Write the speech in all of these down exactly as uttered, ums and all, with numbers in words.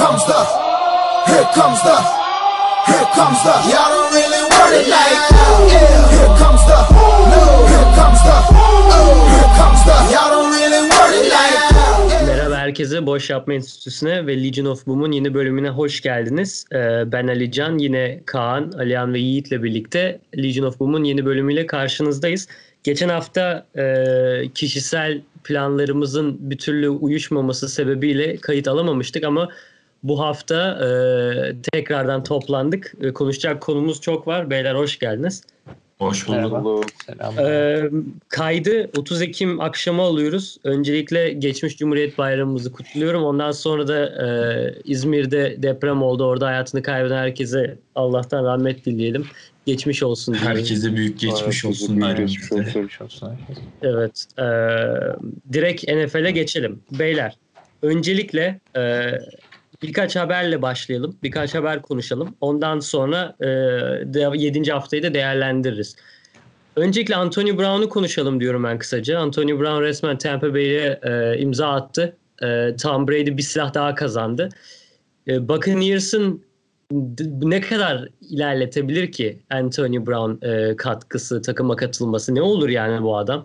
comes the, here comes the, here comes the. Y'all don't really want it like that. Yeah. Here comes the, no. Here comes the, oh. Here comes the. Y'all don't really want it like that. Merhaba herkese, Boş Yapma Enstitüsü'ne ve Legion of Boom'un yeni bölümüne hoş geldiniz. Ee, ben Alican, yine Kaan, Alihan ve Yiğit'le birlikte Legion of Boom'un yeni bölümüyle karşınızdayız. Geçen hafta e, kişisel planlarımızın bir türlü uyuşmaması sebebiyle kayıt alamamıştık ama bu hafta e, tekrardan toplandık. E, konuşacak konumuz çok var. Beyler hoş geldiniz. Hoş bulduk. Ee, kaydı otuz Ekim akşamı alıyoruz. Öncelikle geçmiş Cumhuriyet Bayramımızı kutluyorum. Ondan sonra da e, İzmir'de deprem oldu. Orada hayatını kaybeden herkese Allah'tan rahmet dileyelim. Geçmiş olsun diyelim. Herkese büyük geçmiş Aa, olsun. Büyük geçmiş olsun. Geçmiş olsun. Evet. E, direkt N F L'e geçelim. Beyler, öncelikle e, birkaç haberle başlayalım. Birkaç haber konuşalım. Ondan sonra e, yedinci haftayı da değerlendiririz. Öncelikle Antonio Brown'u konuşalım diyorum ben kısaca. Antonio Brown resmen Tampa Bay'e e, imza attı. E, Tom Brady bir silah daha kazandı. E, Buccaneers'ın d- ne kadar ilerletebilir ki Antonio Brown e, katkısı, takıma katılması? Ne olur yani bu adam?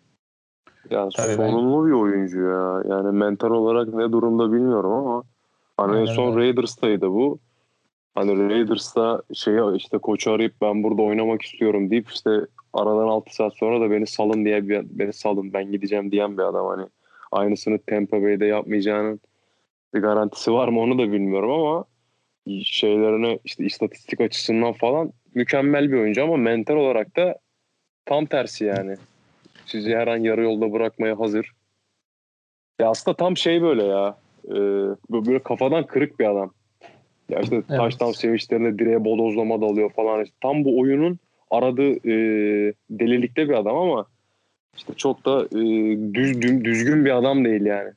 Ya Tabii sorunlu bir oyuncu ya. Yani mental olarak ne durumda bilmiyorum ama hani en son Raiders'taydı bu. Hani Raiders'ta şey işte koçu arayıp ben burada oynamak istiyorum deyip işte aradan altı saat sonra da beni salın diye bir, beni salın ben gideceğim diyen bir adam. Hani aynısını Tampa Bay'de yapmayacağının bir garantisi var mı onu da bilmiyorum ama şeylerine işte istatistik açısından falan mükemmel bir oyuncu ama mental olarak da tam tersi yani. Sizi her an yarı yolda bırakmaya hazır. Ya aslında tam şey böyle ya. E, böyle kafadan kırık bir adam. Ya işte Evet. touchdown sevinçlerinde direğe bodozlama dalıyor falan. İşte tam bu oyunun aradığı e, delilikte bir adam ama işte çok da e, düz, düzgün bir adam değil yani.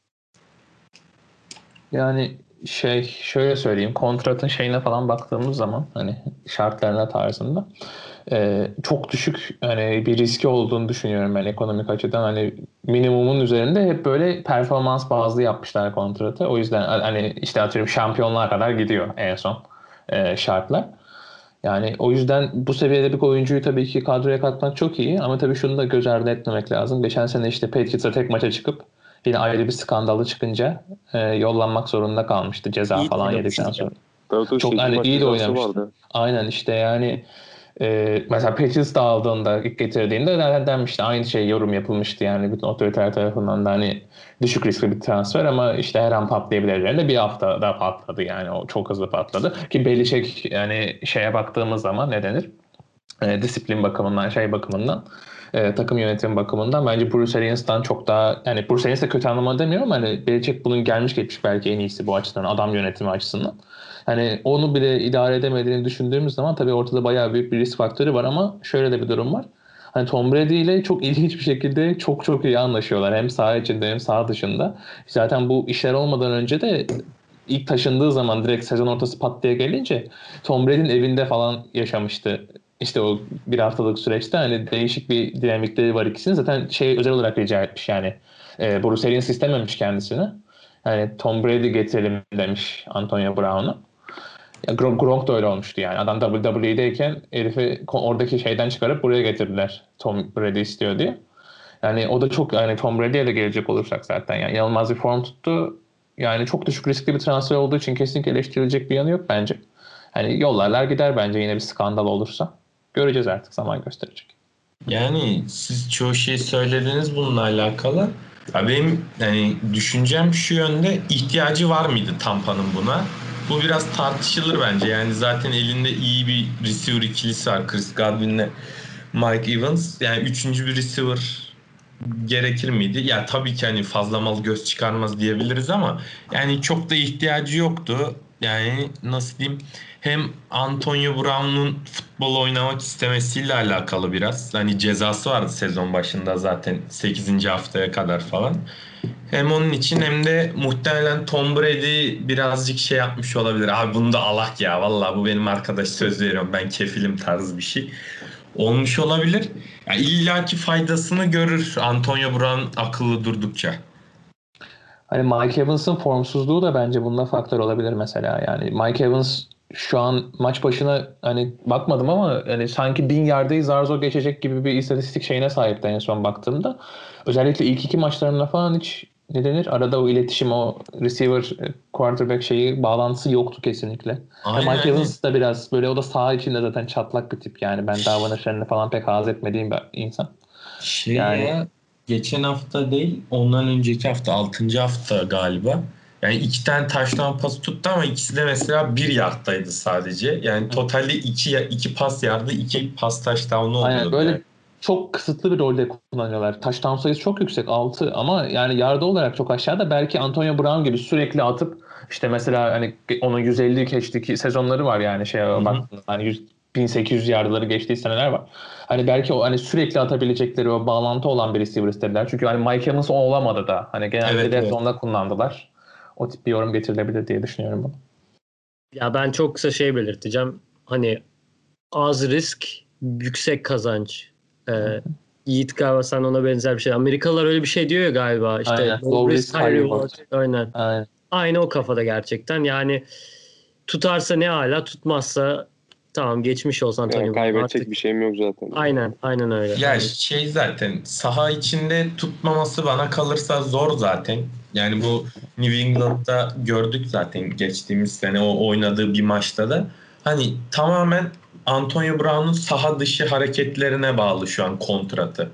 Yani şey şöyle söyleyeyim, kontratın şeyine falan baktığımız zaman hani şartlarına tarzında e, çok düşük hani bir riski olduğunu düşünüyorum ben ekonomik açıdan. Hani minimumun üzerinde hep böyle performans bazlı yapmışlar kontratı. O yüzden hani işte atıyorum şampiyonluğa kadar gidiyor en son e, şartlar. Yani o yüzden bu seviyede bir oyuncuyu tabii ki kadroya katmak çok iyi ama tabii şunu da göz ardı etmemek lazım. Geçen sene işte Patriots'a tek maça çıkıp yine ayrı bir skandalı çıkınca e, yollanmak zorunda kalmıştı ceza İyi falan oynamıştı yedikten sonra. Tabii tabii Çok hani iyi de oynamıştı. Aynen işte yani e, mesela Patriots dağıldığında ilk getirdiğinde zaten denmişti. Aynı şey yorum yapılmıştı yani bütün otoriter tarafından da hani düşük riskli bir transfer ama işte her an patlayabilirlerinde bir hafta da patladı yani o çok hızlı patladı. Ki Belichick yani şeye baktığımız zaman ne denir? E, disiplin bakımından şey bakımından e, takım yönetim bakımından bence Bruce Arians'tan çok daha yani Bruce Arians de kötü anlamda demiyorum hani Belichick bunun gelmiş geçmiş belki en iyisi bu açıdan adam yönetimi açısından. Hani onu bile idare edemediğini düşündüğümüz zaman tabii ortada bayağı büyük bir risk faktörü var ama şöyle de bir durum var. Hani Tom Brady ile çok ilginç bir şekilde çok çok iyi anlaşıyorlar. Hem saha içinde hem saha dışında. Zaten bu işler olmadan önce de ilk taşındığı zaman direkt sezon ortası pat diye gelince Tom Brady'nin evinde falan yaşamıştı. İşte o bir haftalık süreçte hani değişik bir dinamikleri var ikisinin. Zaten şey özel olarak rica etmiş yani. E, Bruce Arians istememiş kendisini. Yani Tom Brady getirelim demiş Antonio Brown'u. Ya Gronk, Gronk da öyle olmuştu yani. Adam W W E'deyken herifi oradaki şeyden çıkarıp buraya getirdiler. Tom Brady istiyor diye. Yani o da çok yani Tom Brady'ye de gelecek olursak zaten yani inanılmaz bir form tuttu. Yani çok düşük riskli bir transfer olduğu için kesinlikle eleştirilecek bir yanı yok bence. Hani yollarlar gider bence yine bir skandal olursa. Göreceğiz artık zaman gösterecek. Yani siz çoğu şey söylediniz bununla alakalı. Ya benim yani düşüncem şu yönde, ihtiyacı var mıydı Tampa'nın buna? Bu biraz tartışılır bence. Yani zaten elinde iyi bir receiver ikilisi var. Chris Godwin'le Mike Evans. Yani üçüncü bir receiver gerekir miydi? Ya tabii ki hani fazla mal göz çıkarmaz diyebiliriz ama yani çok da ihtiyacı yoktu. Yani nasıl diyeyim? Hem Antonio Brown'un futbol oynamak istemesiyle alakalı biraz. Hani cezası vardı sezon başında zaten sekizinci haftaya kadar falan. Hem onun için hem de muhtemelen Tom Brady birazcık şey yapmış olabilir. Abi bunu da alak ya. Vallahi bu benim arkadaş, söz veriyorum ben kefilim tarzı bir şey olmuş olabilir. Yani illaki faydasını görür Antonio Brown akıllı durdukça. Hani Mike Evans'ın formsuzluğu da bence bunda faktör olabilir mesela. Yani Mike Evans şu an maç başına hani bakmadım ama hani sanki bin yardayı zar zor geçecek gibi bir istatistik şeyine sahipti en son baktığımda. Özellikle ilk iki maçlarında falan hiç ne denir? Arada o iletişim, o receiver quarterback şeyi bağlantısı yoktu kesinlikle. Aynen, Mike aynen. Evans da biraz böyle, o da saha içinde zaten çatlak bir tip yani. Ben davranışlarını falan pek haz etmediğim bir insan. Şey Yani ya, geçen hafta değil, ondan önceki hafta, altıncı hafta galiba. Yani iki tane taştan pası tuttu ama ikisi de mesela bir yardtaydı sadece. Yani totalde iki, iki pas yardı, iki pas touchdown'u aynen oluyordu böyle yani. çok kısıtlı bir rolde kullanıyorlar. Touchdown sayısı çok yüksek, altı, ama yani yardı olarak çok aşağıda. Belki Antonio Brown gibi sürekli atıp işte mesela hani onun yüz elli geçtiği sezonları var yani şeye Hı hı. baktığında hani yüz, bin sekiz yüz yardıları geçtiği seneler var. Hani belki o hani sürekli atabilecekleri o bağlantı olan bir receiver istediler. Çünkü hani Mike Evans o olamadı da. Hani genelde Evet, red evet. zone'da kullandılar. O tip bir yorum getirilebilir diye düşünüyorum bunu. Ya ben çok kısa şey belirteceğim. Hani az risk, yüksek kazanç. Ee, Yiğit galiba sen ona benzer bir şey. Amerikalılar öyle bir şey diyor ya galiba. İşte Aynen. low Low risk, risk, high high reward. reward. Aynen. Aynen. Aynı o kafada gerçekten. Yani tutarsa ne hala, tutmazsa tamam, geçmiş olsan Yani Antonio Brown kaybedecek artık. bir şeyim yok zaten. Aynen, aynen öyle. Ya Aynen. şey, zaten saha içinde tutmaması bana kalırsa zor zaten. Yani bu New England'da gördük zaten geçtiğimiz sene o oynadığı bir maçta da. Hani tamamen Antonio Brown'un saha dışı hareketlerine bağlı şu an kontratı.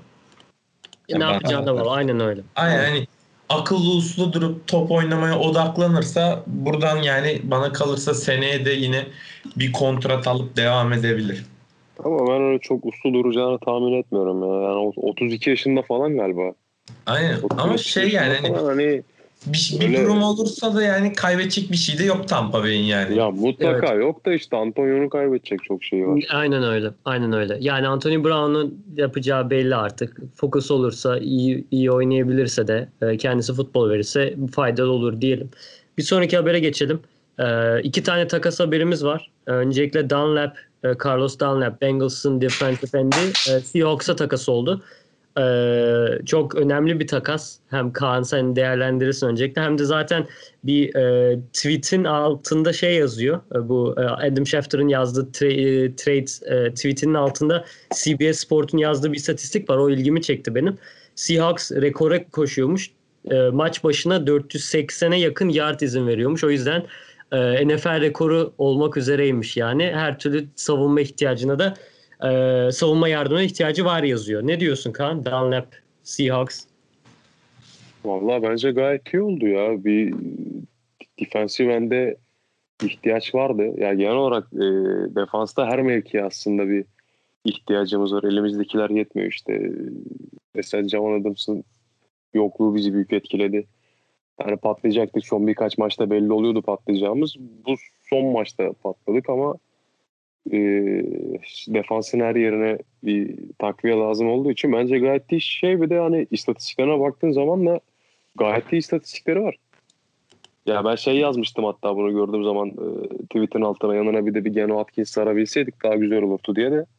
E, ne Yani yapacağını bana da var. Aynen öyle. aynen Aynen. hani akıllı uslu durup top oynamaya odaklanırsa buradan, yani bana kalırsa seneye de yine bir kontrat alıp devam edebilir. Ama ben öyle çok uslu duracağını tahmin etmiyorum ya. Yani otuz iki yaşında falan galiba. Aynen ama otuz iki şey, yani yaşında hani falan hani bir, bir öyle, durum olursa da yani kaybedecek bir şey de yok Tampa Bay'in yani. ya mutlaka Evet. yok da işte Antonio'nun kaybedecek çok şeyi var. Aynen öyle. Aynen öyle. Yani Anthony Brown'un yapacağı belli artık. Fokus olursa, iyi iyi oynayabilirse de, e, kendisi futbol verirse faydalı olur diyelim. Bir sonraki habere geçelim. E, iki tane takas haberimiz var. E, öncelikle Dunlap, e, Carlos Dunlap, Bengals'ın defensive end'i, e, Seahawks'a takas oldu. Ee, çok önemli bir takas. Hem Kaan sen değerlendirirsin öncelikle, hem de zaten bir e, tweet'in altında şey yazıyor. E, bu e, Adam Schefter'ın yazdığı tra- e, trade e, tweet'inin altında C B S Sport'un yazdığı bir istatistik var. O ilgimi çekti benim. Seahawks rekora koşuyormuş. E, maç başına dört yüz seksene yakın yard izin veriyormuş. O yüzden e, N F L rekoru olmak üzereymiş yani. Her türlü savunma ihtiyacına da Ee, savunma yardımına ihtiyacı var yazıyor. Ne diyorsun Kaan? Dunlap, Seahawks. Vallahi bence gayet iyi oldu ya. Bir defensive end'e ihtiyaç vardı. Yani genel olarak e, defansta her mevkiye aslında bir ihtiyacımız var. Elimizdekiler yetmiyor işte. Mesela Javon Adams'ın yokluğu bizi büyük etkiledi. Yani patlayacaktık. Son birkaç maçta belli oluyordu patlayacağımız. Bu son maçta patladık ama e, defansın her yerine bir takviye lazım olduğu için bence gayet iyi şey. Bir de hani istatistiklerine baktığın zaman da gayet iyi istatistikleri var. Ya ben şey yazmıştım, hatta bunu gördüğüm zaman e, tweet'in altına yanına bir de bir Geno Atkins sarabilseydik daha güzel olurdu diye de.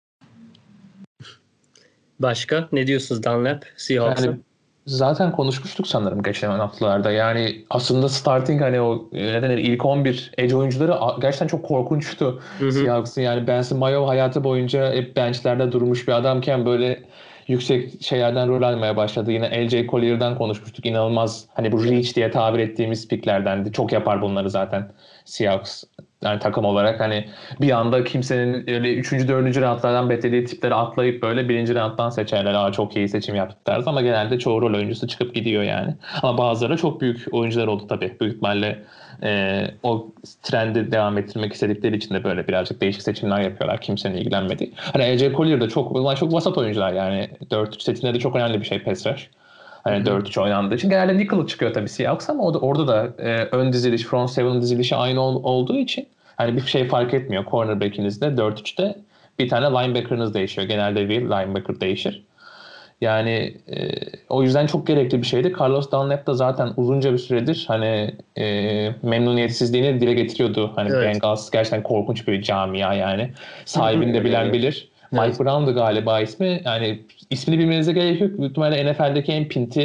Başka? Ne diyorsunuz Dunlap, Seahawks'a? Yani zaten konuşmuştuk sanırım geçen haftalarda. Yani aslında starting hani o ne denir, ilk on bir edge oyuncuları gerçekten çok korkunçtu. Hı hı. Seahawks'ın yani Benson Mayo hayatı boyunca hep benchlerde durmuş bir adamken böyle yüksek şeylerden rol almaya başladı. Yine L J Collier'dan konuşmuştuk. İnanılmaz hani bu reach diye tabir ettiğimiz piklerdendi. Çok yapar bunları zaten Seahawks. Yani takım olarak hani bir anda kimsenin öyle üçüncü dördüncü roundlardan beklediği tipleri atlayıp böyle birinci rounddan seçerler. Aa, çok iyi seçim yaptık deriz ama genelde çoğu rol oyuncusu çıkıp gidiyor yani. Ama bazıları çok büyük oyuncular oldu tabii. Büyük ihtimalle e, o trendi devam ettirmek istedikleri için de böyle birazcık değişik seçimler yapıyorlar. Kimsenin ilgilenmediği. Hani L J Collier de çok, çok vasat oyuncular yani. dört üç setinde de çok önemli bir şey pass rush. Hani dört üç oynandığı için genelde nickel çıkıyor tabii Seahawks ama o da, orada da e, ön diziliş, front seven dizilişi aynı ol, olduğu için hani bir şey fark etmiyor. Cornerback'inizde dört üçte bir tane linebacker'ınız değişiyor. Genelde bir linebacker değişir. Yani e, o yüzden çok gerekli bir şeydi. Carlos Dunlap da zaten uzunca bir süredir hani e, memnuniyetsizliğini dile getiriyordu. Hani Evet. Bengals gerçekten korkunç bir camia yani. Sahibini de bilen bilir. Mike Evet. Brown'du galiba ismi. Yani ismini bilmenize gerek yok. Büyük ihtimalle N F L'deki en pinti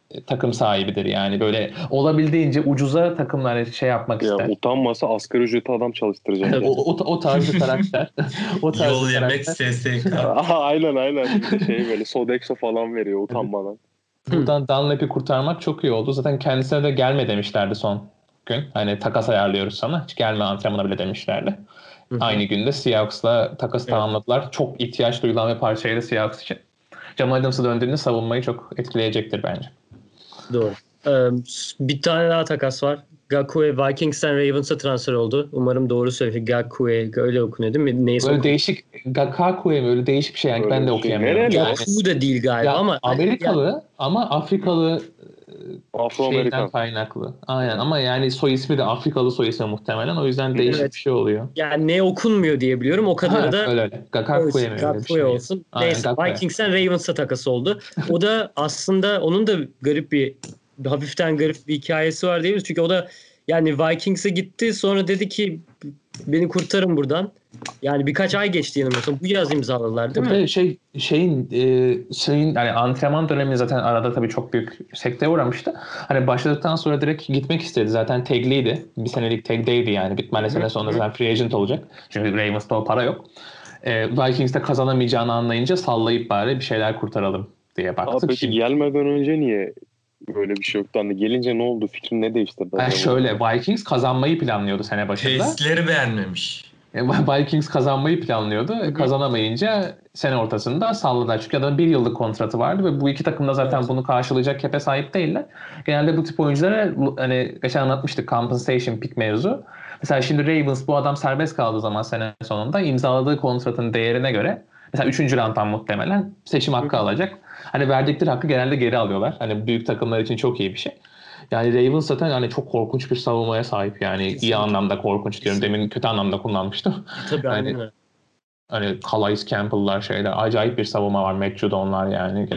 takım sahibidir. Yani böyle olabildiğince ucuza takımlara şey yapmak Ya ister. utanmasa asgari ücreti adam çalıştıracak. o, o, o tarz bir karakter. o tarz Yol bir yemek karakter. S S K. Aha, aynen aynen. Şey böyle Sodexo falan veriyor utanmadan. Buradan Dunlap'i kurtarmak çok iyi oldu. Zaten kendisine de gelme demişlerdi son gün. Hani takas ayarlıyoruz sana. Hiç gelme antrenmana bile demişlerdi. Aynı günde Seahawks'la takas Evet. tamamladılar. Çok ihtiyaç duyulan bir parçaydı Seahawks için. Jamal Adams'a döndüğünde savunmayı çok etkileyecektir bence. Doğru. Ee, bir tane daha takas var. Gakue Vikings'ten Ravens'a transfer oldu. Umarım doğru söylüyorum. Gakue öyle okunuyor değil mi? Neyse. Böyle değişik Gakakue mi öyle değişik bir şey yani Öyle ben de bir şey. okuyamıyorum. Nereli? Yani, Gaku da değil galiba ya, ama Amerikalı ama Afrikalı Afro-Amerikan. şeyden kaynaklı. Aynen ama yani soy ismi de Afrikalı soy ismi muhtemelen. O yüzden değişik Evet. bir şey oluyor. yani ne okunmuyor diye biliyorum. O kadarı Ha, da öyle öyle. Gakakue mi öyle bir Gakue şey? olsun. Aynen, Neyse Gakue. Vikings'ten Ravens'a takas oldu. O da aslında onun da garip bir hafiften garip bir hikayesi var diyebiliriz. Çünkü o da yani Vikings'e gitti sonra dedi ki beni kurtarın buradan. Yani birkaç ay geçti yanılmıyorsam. Bu yaz imzaladılar değil mi? Ve şey şeyin e, şeyin yani antrenman dönemi zaten arada tabii çok büyük sekteye uğramıştı. Hani başladıktan sonra direkt gitmek istedi. Zaten tagliydi. Bir senelik tagdeydi yani. Bitmeli sene sonra zaten free agent olacak. Çünkü Ravens'ta o para yok. E, Vikings'te kazanamayacağını anlayınca sallayıp bari bir şeyler kurtaralım diye baktık. Aa, peki Şimdi, gelmeden önce niye böyle bir şey yoktu? Hani gelince ne oldu? Fikrin ne değiştirdi yani acaba? şöyle Vikings kazanmayı planlıyordu sene başında. Tesisleri beğenmemiş. Vikings kazanmayı planlıyordu. Hı-hı. Kazanamayınca sene ortasında salladılar. Çünkü adamın bir yıllık kontratı vardı ve bu iki takım da zaten evet. bunu karşılayacak cap'e sahip değiller. Genelde bu tip oyunculara hani geçen anlatmıştık compensation pick mevzu. Mesela şimdi Ravens bu adam serbest kaldığı zaman sene sonunda imzaladığı kontratın değerine göre mesela üçüncü round'dan muhtemelen seçim hakkı Hı-hı. alacak. Hani verdikleri hakkı genelde geri alıyorlar. Hani büyük takımlar için çok iyi bir şey. Yani Ravens zaten yani çok korkunç bir savunmaya sahip yani Kesinlikle. iyi anlamda korkunç diyorum. Demin kötü anlamda kullanmıştım. Tabii yani, aynen. Hani Calais Campbell'lar şeyler acayip bir savunma var. Matt Judon'lar yani.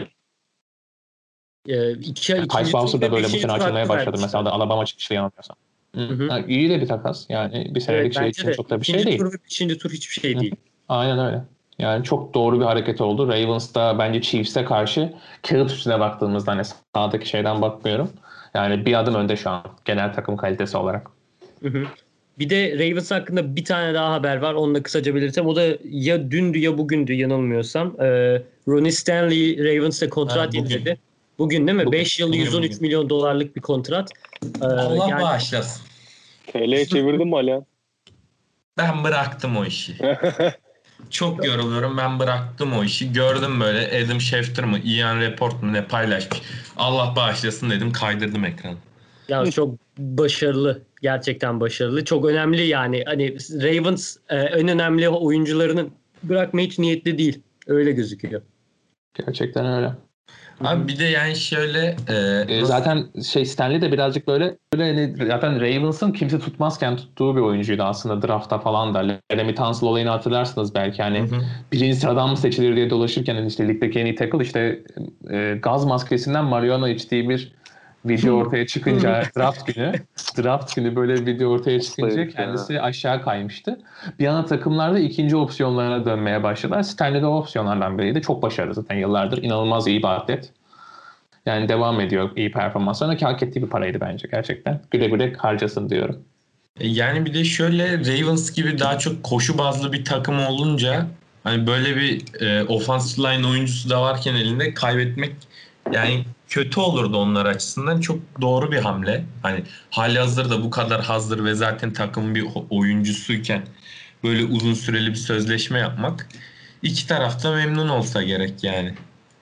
Ee, iki, yani Tyce Bowser da böyle bu sene açılmaya başladı. Mesela da Alabama çıkışlı yanılmıyorsam. Yani iyi de bir takas. Yani bir senelik evet, şey için de. çok da bir şey değil. İkinci tur ve beşinci tur hiçbir şey değil. Aynen öyle. Yani çok doğru bir hareket oldu. Ravens da bence Chiefs'e karşı kağıt üstüne baktığımızda hani sağdaki şeyden bakmıyorum. Yani bir adım önde şu an genel takım kalitesi olarak. Hı hı. Bir de Ravens hakkında bir tane daha haber var. Onu da kısaca belirteyim. O da ya dündü ya bugündü yanılmıyorsam. Ee, Ronnie Stanley Ravens'te kontrat yeniledi. Bugün değil mi? Bugün. beş yıl yüz on üç bugün. milyon dolarlık bir kontrat. Ee, Allah yani... bağışlasın. T L'ye çevirdin mi Alihan? Ben bıraktım o işi. Çok yoruluyorum. Ben bıraktım o işi. Gördüm böyle Adam Schefter mı, Ian Rapport mu ne paylaşmış. Allah bağışlasın dedim. Kaydırdım ekranı. Ya çok başarılı. Gerçekten başarılı. Çok önemli yani. Hani Ravens e, en önemli oyuncularını bırakmaya hiç niyetli değil. Öyle gözüküyor. Gerçekten öyle. Abi bir de yani şöyle e, e, zaten şey Stanley de birazcık böyle böyle hani zaten Ravens'ın kimse tutmazken tuttuğu bir oyuncuydu aslında draftta falan da. Laramie Tunsil olayını hatırlarsınız belki hani hı hı. birinci sıradan mı seçilir diye dolaşırken hani işte ligdeki en iyi tackle işte e, gaz maskesinden marijuana içtiği bir video ortaya çıkınca draft günü draft günü böyle bir video ortaya çıkınca kendisi ya. aşağı kaymıştı. Bir yana takımlarda ikinci opsiyonlarına dönmeye başladılar. Stanley de o opsiyonlardan biriydi. Çok başarılı zaten yıllardır. İnanılmaz iyi bir atlet. Yani devam ediyor iyi performanslarına ki hak ettiği bir paraydı bence gerçekten. Güle güle harcasın diyorum. Yani bir de şöyle Ravens gibi daha çok koşu bazlı bir takım olunca hani böyle bir e, offensive line oyuncusu da varken elinde kaybetmek yani kötü olurdu onlar açısından. Çok doğru bir hamle. Hani halihazırda bu kadar hazır ve zaten takımın bir oyuncusuyken böyle uzun süreli bir sözleşme yapmak iki tarafta memnun olsa gerek yani.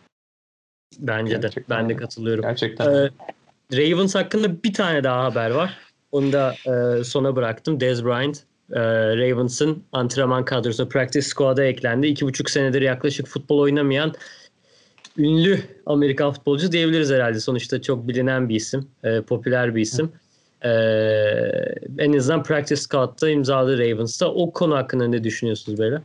Bence Gerçekten. de. Ben de katılıyorum. Gerçekten. Ee, Ravens hakkında bir tane daha haber var. Onu da e, sona bıraktım. Dez Bryant e, Ravens'ın antrenman kadrosuna practice squad'a eklendi. İki buçuk senedir yaklaşık futbol oynamayan ünlü Amerikan futbolcu diyebiliriz herhalde. Sonuçta çok bilinen bir isim. E, popüler bir isim. E, en azından practice squad'da imzaladı Ravens'ta. O konu hakkında ne düşünüyorsunuz böyle?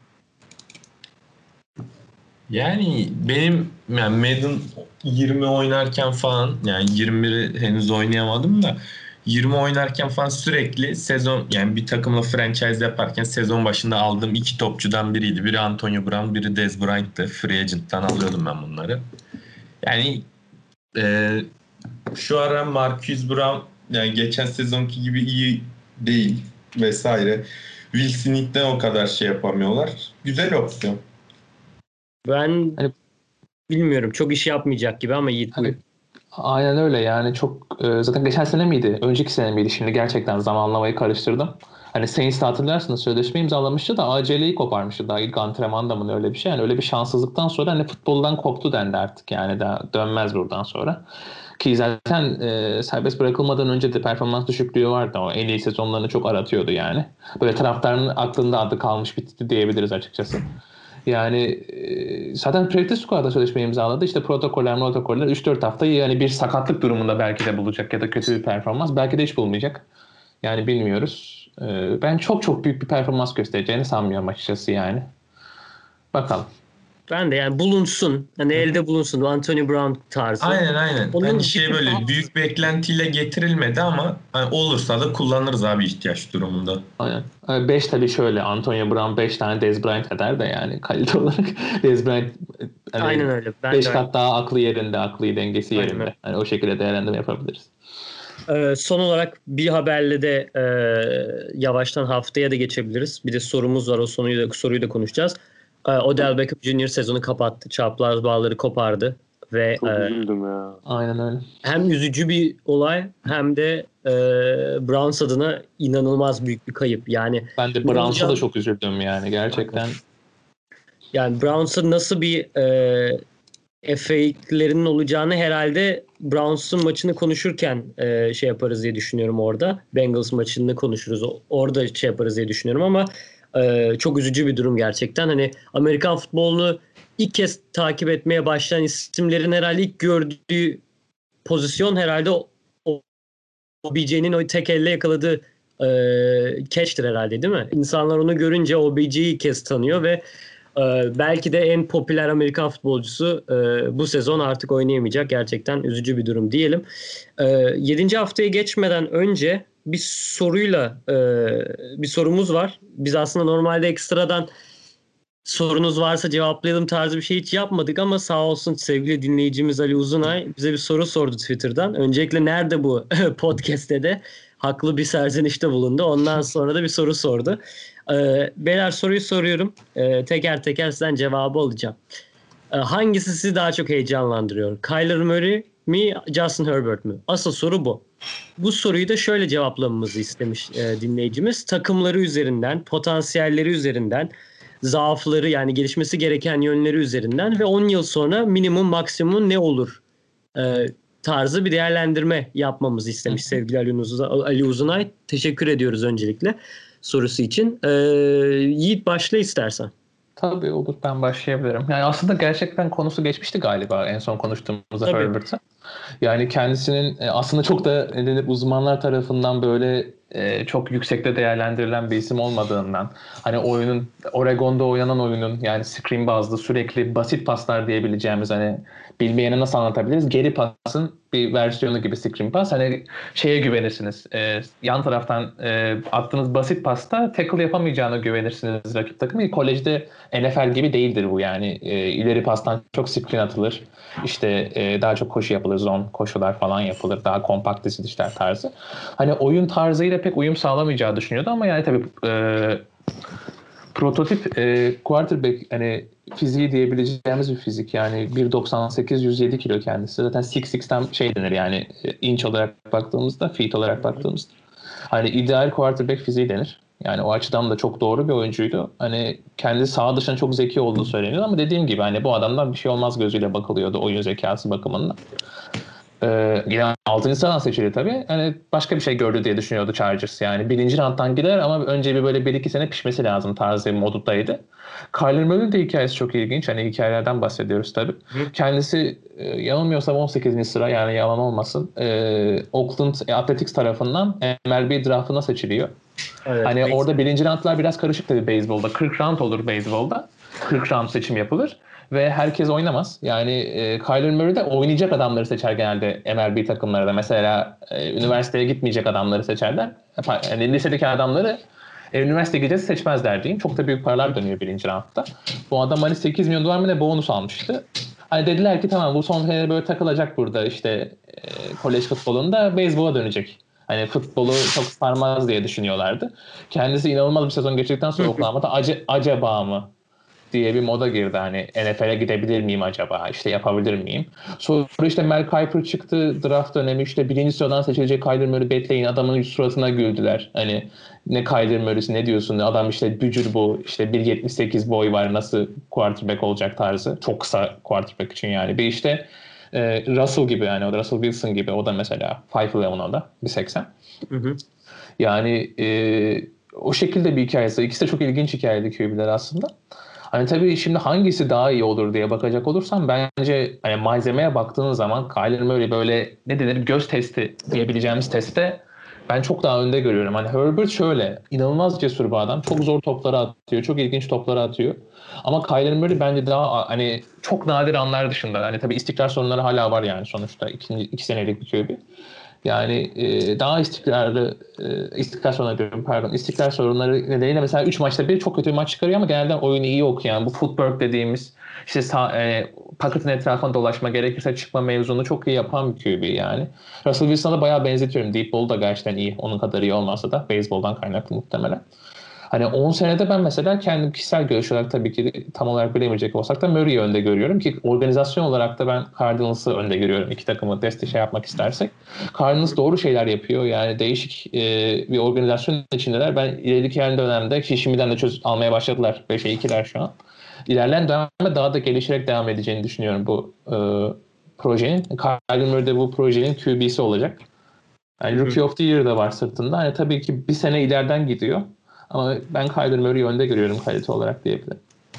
Yani benim yani Madden yirmi oynarken falan yani yirmi biri henüz oynayamadım da yirmi oynarken falan sürekli sezon yani bir takımla franchise yaparken sezon başında aldığım iki topçudan biriydi. Biri Antonio Brown, biri Dez Bryant'tı. Free agent'tan alıyordum ben bunları. Yani e, şu ara Marquise Brown yani geçen sezonki gibi iyi değil vesaire. Will Smith'ten o kadar şey yapamıyorlar. Güzel opsiyon. Ben Hani- bilmiyorum. Çok iş yapmayacak gibi ama Yiğit Hani buyur. aynen öyle yani çok e, zaten geçen sene miydi? Önceki sene miydi? Şimdi gerçekten zamanlamayı karıştırdım. Hani Saints'te hatırlarsınız sözleşme imzalamıştı da aceleyi koparmıştı daha ilk antrenmanda mı öyle bir şey. Yani öyle bir şanssızlıktan sonra hani futboldan koptu dendi artık yani daha dönmez buradan sonra. Ki zaten e, serbest bırakılmadan önce de performans düşüklüğü vardı. O en iyi sezonlarını çok aratıyordu yani. Böyle taraftarın aklında adı kalmış bitti diyebiliriz açıkçası. Yani e, zaten practice squad'da sözleşme imzaladı. İşte protokoller, protokoller üç dört haftayı yani bir sakatlık durumunda belki de bulacak ya da kötü bir performans. Belki de hiç bulmayacak. Yani bilmiyoruz. E, ben çok çok büyük bir performans göstereceğini sanmıyorum açıkçası yani. Bakalım. Ben de yani bulunsun. Hani elde bulunsun. O Anthony Brown tarzı. Aynen aynen. Onun Hani bir şey tık böyle daha- büyük beklentiyle getirilmedi ama hani olursa da kullanırız abi ihtiyaç durumunda. Aynen. beş tabii şöyle Antonio Brown beş tane Dez Bryant eder de yani kalite olarak Dez Bryant hani Aynen öyle. Ben beş de kat daha aklı yerinde, aklı dengesi Aynen yerinde. öyle. Yani o şekilde değerlendirme yapabiliriz. Ee, son olarak bir haberle de e, yavaştan haftaya da geçebiliriz. Bir de sorumuz var. O soruyu da, soruyu da konuşacağız. Ee, Odell Beckham Junior sezonu kapattı. Çapraz bağları kopardı. Ve Çok e, üzüldüm ya. Aynen öyle. hem üzücü bir olay hem de e, Browns adına inanılmaz büyük bir kayıp. Yani Ben de ne Browns'a olacağını- da çok üzüldüm yani gerçekten. Yani Browns'ın nasıl bir e, F A'lerinin olacağını herhalde Browns'un maçını konuşurken e, şey yaparız diye düşünüyorum orada. Bengals maçını konuşuruz. O- Orada şey yaparız diye düşünüyorum ama e, çok üzücü bir durum gerçekten. Hani Amerikan futbolunu ilk kez takip etmeye başlayan isimlerin herhalde ilk gördüğü pozisyon herhalde o, o, O B J'nin o tek elle yakaladığı e, catch'tir herhalde değil mi? İnsanlar onu görünce O B J'yi ilk kez tanıyor ve ee, belki de en popüler Amerikan futbolcusu e, bu sezon artık oynayamayacak. Gerçekten üzücü bir durum diyelim. Ee, yedinci haftaya geçmeden önce bir soruyla e, bir sorumuz var. Biz aslında normalde ekstradan sorunuz varsa cevaplayalım tarzı bir şey hiç yapmadık ama sağ olsun sevgili dinleyicimiz Ali Uzunay bize bir soru sordu Twitter'dan. Öncelikle nerede bu podcast'te de haklı bir serzenişte bulundu. Ondan sonra da bir soru sordu. Ee, beyler soruyu soruyorum. Ee, teker teker sizden cevabı alacağım. Ee, hangisi sizi daha çok heyecanlandırıyor? Kyler Murray mi, Justin Herbert mi? Asıl soru bu. Bu soruyu da şöyle cevaplamamızı istemiş e, dinleyicimiz. Takımları üzerinden, potansiyelleri üzerinden, zaafları yani gelişmesi gereken yönleri üzerinden ve on yıl sonra minimum maksimum ne olur e, tarzı bir değerlendirme yapmamızı istemiş sevgili Ali, Uzun, Ali Uzunay. Teşekkür ediyoruz öncelikle sorusu için. E, Yiğit başla istersen. Tabii olur, ben başlayabilirim. Yani aslında gerçekten konusu geçmişti galiba en son konuştuğumuzda Tabii. Herbert'ın. Yani kendisinin e, aslında çok da ne denir, uzmanlar tarafından böyle e, çok yüksekte değerlendirilen bir isim olmadığından, hani oyunun Oregon'da oynanan oyunun yani screen bazlı sürekli basit paslar diyebileceğimiz, hani bilmeyene nasıl anlatabiliriz? Geri pasın bir versiyonu gibi screen pass. Hani şeye güvenirsiniz. E, yan taraftan e, attığınız basit pasta tackle yapamayacağına güvenirsiniz rakip takımı. Kolejde N F L gibi değildir bu yani. E, ileri pastan çok screen atılır. İşte e, daha çok koşu yapılır, zone koşular falan yapılır. Daha kompakt dizilişler tarzı. Hani oyun tarzıyla pek uyum sağlamayacağı düşünüyordu ama yani tabii e, prototip e, quarterback hani fiziği diyebileceğimiz bir fizik. Yani bir doksan sekiz yüz yedi kilo kendisi. Zaten altı altıdan şey denir yani inç olarak baktığımızda, feet olarak baktığımızda. Hani ideal quarterback fiziği denir. Yani o açıdan da çok doğru bir oyuncuydu. Hani kendi saha dışında çok zeki olduğu söyleniyor ama dediğim gibi hani bu adamdan bir şey olmaz gözüyle bakılıyordu oyun zekası bakımından. Ee, yine altıncı sıradan seçildi tabii. Hani başka bir şey gördü diye düşünüyordu Chargers. Yani birinci rounddan gider ama önce bir böyle bir iki sene pişmesi lazım tarzı bir moduddaydı. Kyler Murray'nin de hikayesi çok ilginç. Hani hikayelerden bahsediyoruz tabii. Hı. Kendisi e, yanılmıyorsam on sekizinci sıra yani yalan olmasın. E, Oakland Athletics tarafından M L B draftına seçiliyor. Evet, hani baseball. Orada birinci roundlar biraz karışık tabii beyzbolda. kırk round olur beyzbolda. kırk round seçim yapılır. Ve herkes oynamaz. Yani e, Kyler Murray de oynayacak adamları seçer genelde M L B takımları da. Mesela e, üniversiteye gitmeyecek adamları seçerler. Yani lisedeki adamları e, üniversiteye gideceğiz seçmezler diyeyim. Çok da büyük paralar dönüyor birinci roundda. Bu adam hani sekiz milyon dolar mı ne bonus almıştı. Hani dediler ki tamam bu son seneleri böyle takılacak burada işte e, kolej futbolunda beyzbola dönecek. Hani futbolu çok sarmaz diye düşünüyorlardı. Kendisi inanılmaz bir sezon geçirdikten sonra Oklahoma'da ac- acaba mı diye bir moda girdi. Hani N F L'e gidebilir miyim acaba? İşte yapabilir miyim? Sonra işte Mel Kiper çıktı. Draft dönemi işte birinci sıradan seçilecek Kyler Murray bekleyin. Adamın suratına güldüler. Hani ne Kyler Murray'si ne diyorsun? Adam işte bücür bu. İşte bir yetmiş sekiz boy var. Nasıl quarterback olacak tarzı. Çok kısa quarterback için yani. Bir işte e, Russell gibi yani. O da Russell Wilson gibi. O da mesela beş eleven o da. bir seksen. Hı hı. Yani e, o şekilde bir hikayesi. İkisi de çok ilginç hikayeli Q B'ler aslında. Hani tabii şimdi hangisi daha iyi olur diye bakacak olursam bence hani malzemeye baktığınız zaman Kyler Murray böyle ne denir göz testi diyebileceğimiz testte ben çok daha önde görüyorum. Hani Herbert şöyle inanılmaz cesur bir adam. Çok zor topları atıyor. Çok ilginç topları atıyor. Ama Kyler Murray bence daha hani çok nadir anlar dışında. Hani tabii istikrar sorunları hala var yani sonuçta iki, iki senelik bir Q B. Yani e, daha istikrarlı e, istikrar sorunları diyorum pardon istikrar sorunları nedeniyle mesela üç maçta bir çok kötü bir maç çıkarıyor ama genelde oyunu iyi okuyan bu footwork dediğimiz işte sağ, e, paketın etrafına dolaşma gerekirse çıkma mevzunu çok iyi yapan bir Q B yani. Russell Wilson'a da bayağı benzetiyorum. Deep ball da gerçekten iyi. Onun kadar iyi olmasa da beyzboldan kaynaklı muhtemelen. Hani on senede ben mesela kendim kişisel görüş olarak tabii ki tam olarak bilemeyecek olsak da Murray'i önde görüyorum ki organizasyon olarak da ben Cardinals'ı önde görüyorum. İki takımı deste şey yapmak istersek. Cardinals doğru şeyler yapıyor. Yani değişik e, bir organizasyon içindeler. Ben ileriki yani dönemde ki şimdiden de çöz almaya başladılar. beşe ikiler şu an. İlerleyen dönemde daha da gelişerek devam edeceğini düşünüyorum bu e, projenin. Kyler Murray de bu projenin Q B'si olacak. Yani Rookie of the Year da var sırtında. Yani tabii ki bir sene ileriden gidiyor. Ama ben Kyler Murray'i önde görüyorum kalite olarak diyebilirim.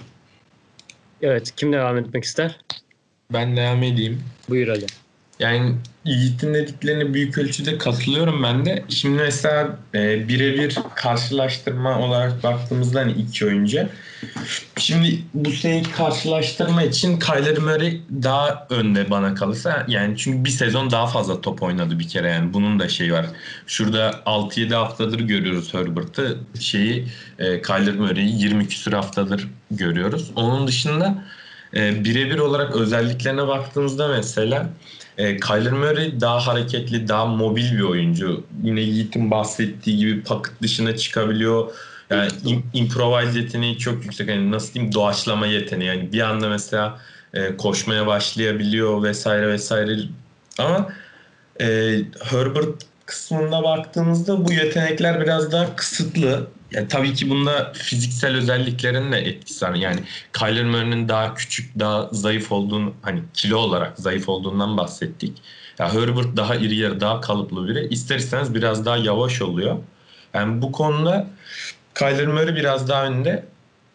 Evet. Kim devam etmek ister? Ben devam edeyim. Buyur Ali. Yani Yiğit'in dediklerine büyük ölçüde katılıyorum ben de. Şimdi mesela e, birebir karşılaştırma olarak baktığımızda hani iki oyuncu. Şimdi bu seneki karşılaştırma için Kyler Murray daha önde bana kalırsa. Yani çünkü bir sezon daha fazla top oynadı bir kere yani. Bunun da şeyi var. Şurada altı yedi haftadır görüyoruz Herbert'ı. Şeyi e, Kyler Murray'i yirmi küsur haftadır görüyoruz. Onun dışında e, birebir olarak özelliklerine baktığımızda mesela E, Kyler Murray daha hareketli, daha mobil bir oyuncu. Yine Yiğit'in bahsettiği gibi pocket dışına çıkabiliyor. Yani im- improvise yeteneği çok yüksek. Yani nasıl diyeyim doğaçlama yeteneği. Yani bir anda mesela e, koşmaya başlayabiliyor vesaire vesaire. Ama e, Herbert kısmına baktığımızda bu yetenekler biraz daha kısıtlı. Yani tabii ki bunda fiziksel özelliklerin de etkisi var. Yani Kyler Murray'nin daha küçük, daha zayıf olduğunu, hani kilo olarak zayıf olduğundan bahsettik. Ya Herbert daha iri yarı, daha kalıplı biri. İster istemez biraz daha yavaş oluyor. Yani bu konuda Kyler Murray biraz daha önde.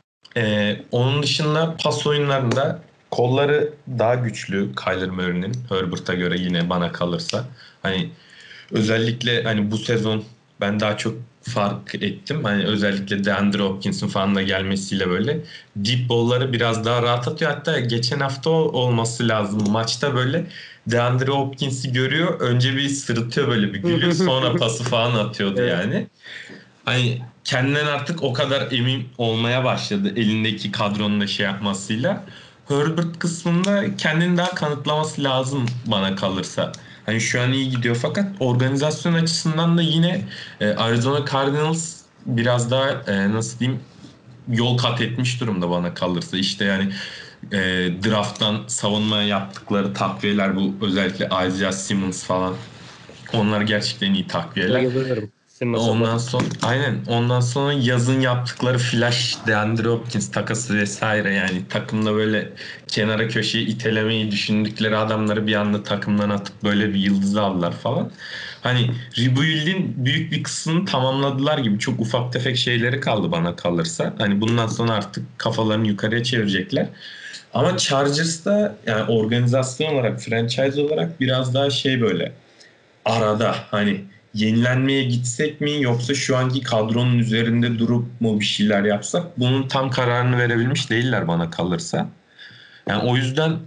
Ee, onun dışında pas oyunlarında kolları daha güçlü Kyler Murray'nin Herbert'a göre yine bana kalırsa. Hani özellikle hani bu sezon ben daha çok fark ettim. Hani özellikle DeAndre Hopkins'in falan da gelmesiyle böyle deep ball'ları biraz daha rahat atıyor. Hatta geçen hafta olması lazım. Maçta böyle DeAndre Hopkins'i görüyor. Önce bir sırıtıyor böyle bir gülüyor. Sonra pası falan atıyordu Evet. yani. Hani kendinden artık o kadar emin olmaya başladı elindeki kadronun da şey yapmasıyla. Herbert kısmında kendini daha kanıtlaması lazım bana kalırsa. Hani şu an iyi gidiyor fakat organizasyon açısından da yine e, Arizona Cardinals biraz daha e, nasıl diyeyim yol kat etmiş durumda bana kalırsa. İşte yani e, drafttan savunmaya yaptıkları takviyeler bu özellikle Isaiah Simmons falan onlar gerçekten iyi takviyeler. Bayılıyorum. Ondan sonra aynen ondan sonra yazın yaptıkları flash DeAndre Hopkins takası vesaire yani takımda böyle kenara köşeye itelemeyi düşündükleri adamları bir anda takımdan atıp böyle bir yıldız aldılar falan. Hani rebuild'in büyük bir kısmını tamamladılar gibi çok ufak tefek şeyleri kaldı bana kalırsa. Hani bundan sonra artık kafalarını yukarıya çevirecekler. Ama Chargers'da yani organizasyon olarak franchise olarak biraz daha şey böyle arada hani yenilenmeye gitsek mi yoksa şu anki kadronun üzerinde durup mu bir şeyler yapsak bunun tam kararını verebilmiş değiller bana kalırsa. Yani o yüzden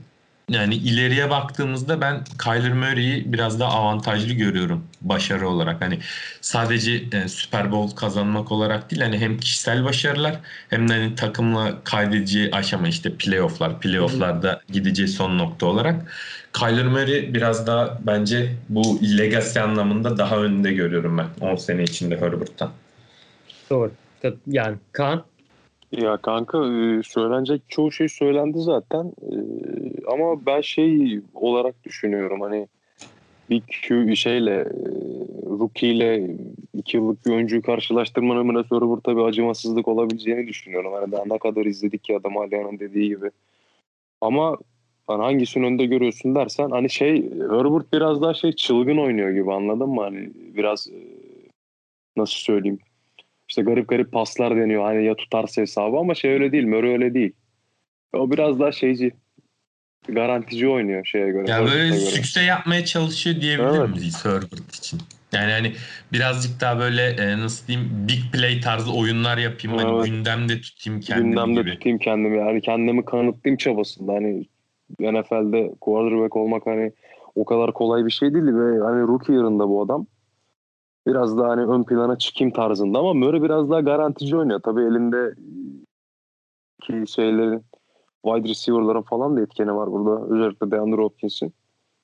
Yani ileriye baktığımızda ben Kyler Murray'i biraz daha avantajlı görüyorum başarı olarak. Hani sadece e, Super Bowl kazanmak olarak değil, hani hem kişisel başarılar hem de hani takımla kaydedeceği aşama, işte playofflar, playofflarda gideceği son nokta olarak Kyler Murray biraz daha bence bu legacy anlamında daha önde görüyorum ben on sene içinde Herbert'tan. Doğru. Yani Kaan? Ya kanka e, söylenecek çoğu şey söylendi zaten. E, Ama ben şey olarak düşünüyorum, hani bir Q şeyle e, rookie ile iki yıllık bir oyuncuyu karşılaştırmanın biraz sonra burada bir acımasızlık olabileceğini düşünüyorum. Hani daha ne kadar izledik ki adam, Alia'nın dediği gibi. Ama hani hangisini önde görüyorsun dersen, hani şey Herbert biraz daha şey çılgın oynuyor gibi, anladın mı? Hani biraz e, nasıl söyleyeyim? İşte garip garip paslar deniyor. Hani ya tutarsa hesabı, ama şey öyle değil. Murray öyle değil. O biraz daha şeyci, garantici oynuyor şeye göre. Ya böyle göre. sükse yapmaya çalışıyor diyebilir Evet. miyiz Herbert için? Yani hani birazcık daha böyle e, nasıl diyeyim, big play tarzı oyunlar yapayım. Hani Evet. gündemde tutayım kendimi Gündemde gibi. tutayım kendimi. Yani kendimi kanıtlayayım çabasında. Hani N F L'de quarterback olmak hani o kadar kolay bir şey değil ve hani rookie yılında bu adam biraz daha hani ön plana çıkayım tarzında, ama Murray biraz daha garantici oynuyor. Tabii elinde ki şeylerin, wide receiver'ların falan da etkeni var burada. Özellikle DeAndre Hopkins'in.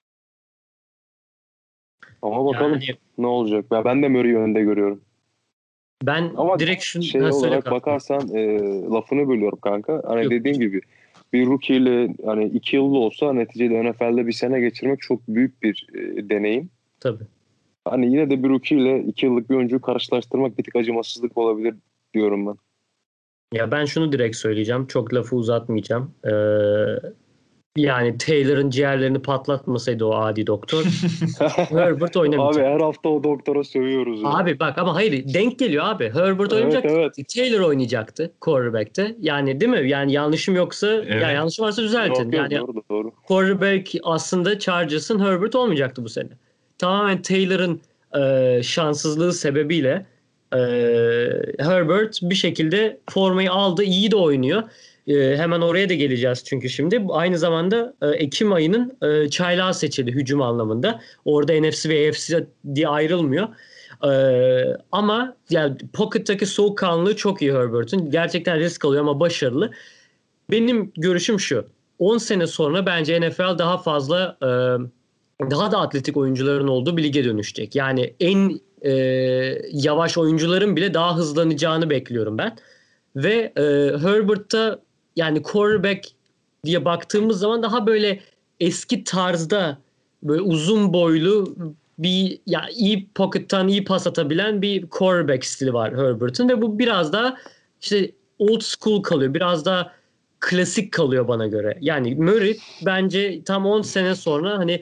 Ama bakalım Yani ne olacak. Ben, ben de Murray'i önde görüyorum. ben Ama direkt şunu şey ha, söyle olarak Kaan. bakarsan e, lafını bölüyorum kanka. Hani Yok. dediğim gibi bir rookie ile hani iki yılda olsa neticede N F L'de bir sene geçirmek çok büyük bir e, deneyim. Tabii. Hani yine de bir rookie ile iki yıllık bir oyuncuyu karşılaştırmak bir tık acımasızlık olabilir diyorum ben. Ya ben şunu direkt söyleyeceğim. Çok lafı uzatmayacağım. Ee, yani Taylor'ın ciğerlerini patlatmasaydı o adi doktor Herbert Abi oynamayacak. her hafta o doktora sövüyoruz ya. Abi bak ama hayır, denk geliyor abi. Herbert Evet, oynayacaktı. evet. Taylor oynayacaktı quarterback'te. Yani değil mi? Yani yanlışım yoksa Evet. ya yanlışım varsa düzeltin. Yok yok, Yani doğru doğru. quarterback aslında Chargers'ın Herbert olmayacaktı bu sene. Tamamen Taylor'ın e, şanssızlığı sebebiyle e, Herbert bir şekilde formayı aldı. İyi de oynuyor. E, hemen oraya da geleceğiz çünkü şimdi. Aynı zamanda e, Ekim ayının e, çaylağı seçildi hücum anlamında. Orada N F C ve A F C diye ayrılmıyor. Ee, ama yani pocket'taki soğukkanlılığı çok iyi Herbert'ın. Gerçekten risk alıyor ama başarılı. Benim görüşüm şu. on sene sonra bence N F L daha fazla e, daha da atletik oyuncuların olduğu bir lige dönüşecek. Yani en e, yavaş oyuncuların bile daha hızlanacağını bekliyorum ben. Ve e, Herbert'ta yani quarterback diye baktığımız zaman daha böyle eski tarzda böyle uzun boylu bir ya iyi pocket'tan iyi pas atabilen bir quarterback stili var Herbert'ın ve bu biraz daha işte old school kalıyor. Biraz daha klasik kalıyor bana göre. Yani Murray bence tam on sene sonra hani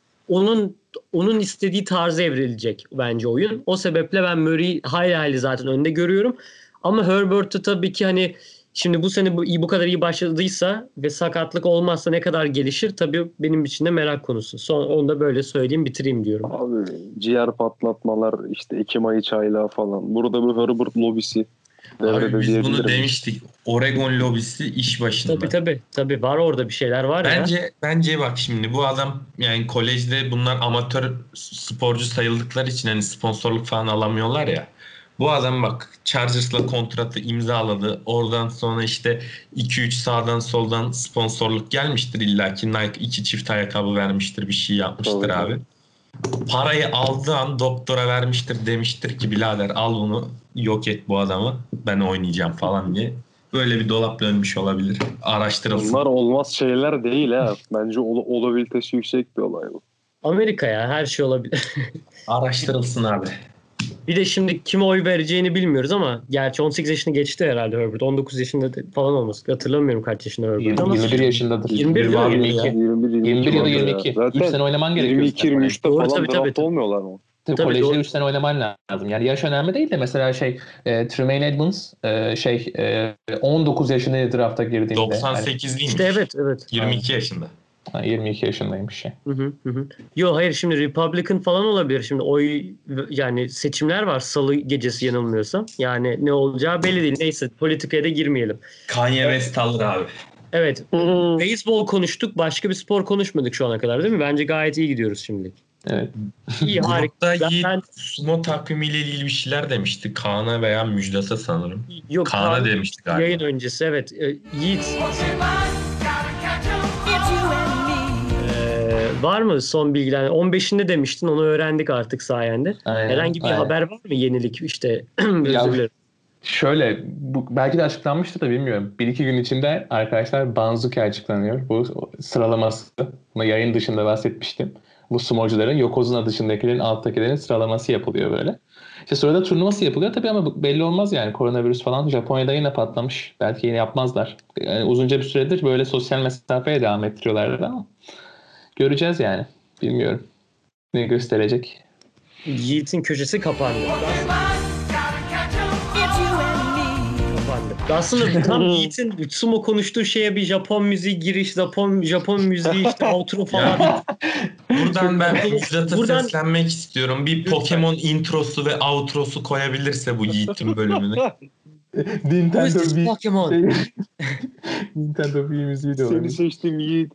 onun onun istediği tarza evrilecek bence oyun. O sebeple ben Murray'i hayli hayli zaten önde görüyorum. Ama Herbert'ı tabii ki hani şimdi bu sene bu, iyi bu kadar iyi başladıysa ve sakatlık olmazsa ne kadar gelişir tabii benim için de merak konusu. Son onu da böyle söyleyeyim, bitireyim diyorum. Abi ciğer patlatmalar, işte Ekim ayı çaylağı falan. Burada bir Herbert lobisi devrede Abi biz bunu diyebilirim. demiştik. Oregon lobisi iş başında. Tabii tabii. Tabii var orada bir şeyler var Bence ya. bence bak şimdi bu adam, yani kolejde bunlar amatör sporcu sayıldıkları için hani sponsorluk falan alamıyorlar ya. Bu adam bak Chargers'la kontratı imzaladı. Oradan sonra işte iki üç sağdan soldan sponsorluk gelmiştir illa ki. Nike iki çift ayakkabı vermiştir, bir şey yapmıştır Tabii. abi. Parayı aldığı an doktora vermiştir, demiştir ki birader al bunu, yok et bu adamı, ben oynayacağım falan diye. Böyle bir dolap dönmüş olabilir. Araştırılsın. Bunlar olmaz şeyler değil ha. Bence ol- olabilitesi yüksek bir olay bu. Amerika ya, her şey olabilir. Araştırılsın abi. Bir de şimdi kime oy vereceğini bilmiyoruz ama gerçi on sekiz yaşını geçti herhalde Herbert. on dokuz yaşında falan olması. Hatırlamıyorum kaç yaşında Herbert ama. yirmi bir yaşındadır. yirmi bir değil mi? yirmi iki. yirmi bir, yirmi iki ya da vardır yirmi ya. iki. Zaten üç sene oynaman gerekiyor. yirmi iki yirmi üçte Doğru, falan tabii, draft tabii, tabii. olmuyorlar mı? Tabii, Tabii, kolejde doğru. üç sene oynaman lazım. Yani yaş önemli değil de mesela şey e, Tremaine Edmonds e, şey e, on dokuz yaşında drafta girdiğinde. doksan sekizliymiş. İşte evet evet. yirmi iki yaşında. Yani, yirmi iki yaşındaymış şey. Hı hı hı. Yo hayır, şimdi Republican falan olabilir. Şimdi oy yani seçimler var salı gecesi yanılmıyorsam. Yani ne olacağı belli değil. Neyse politikaya da girmeyelim. Kanye West alır abi. Evet. Beyzbol konuştuk. Başka bir spor konuşmadık şu ana kadar değil mi? Bence gayet iyi gidiyoruz şimdilik. Evet. İyi, harika. Grupta Ben, Yiğit ben... sumo takvimiyle ilgili bir şeyler demişti. Kaan'a veya Müjdat'a sanırım. Yok, Kaan'a demişti galiba. Yayın öncesi evet. Ee, Yiğit. Ee, var mı son bilgiler? on beşinde demiştin. Onu öğrendik artık sayende. Aynen, Herhangi bir aynen. haber var mı? Yenilik işte. Özür dilerim. Şöyle, bu, belki de açıklanmıştı da bilmiyorum. Bir iki gün içinde arkadaşlar Banzuki açıklanıyor. Bu sıralaması. Buna yayın dışında bahsetmiştim. Bu sumocuların Yokozuna dışındakilerin, alttakilerin sıralaması yapılıyor böyle. İşte sonra da turnuvası yapılıyor tabii ama belli olmaz yani. Koronavirüs falan Japonya'da yine patlamış. Belki yine yapmazlar. Yani uzunca bir süredir böyle sosyal mesafeye devam ettiriyorlardı ama göreceğiz yani. Bilmiyorum. Ne gösterecek? Yiğit'in köşesi kapandı. Aslında tam Yiğit'in sumo konuştuğu şeye bir Japon müziği giriş, Japon Japon müziği işte outro falan. Buradan ben Müjdat'a Buradan... seslenmek istiyorum. Bir Lütfen. Pokemon introsu ve outrosu koyabilirse bu Yiğit'in bölümünü. Nintendo Who's this Pokemon? Wii Nintendo Wii müziği de Seni olabilir. seçtim Yiğit.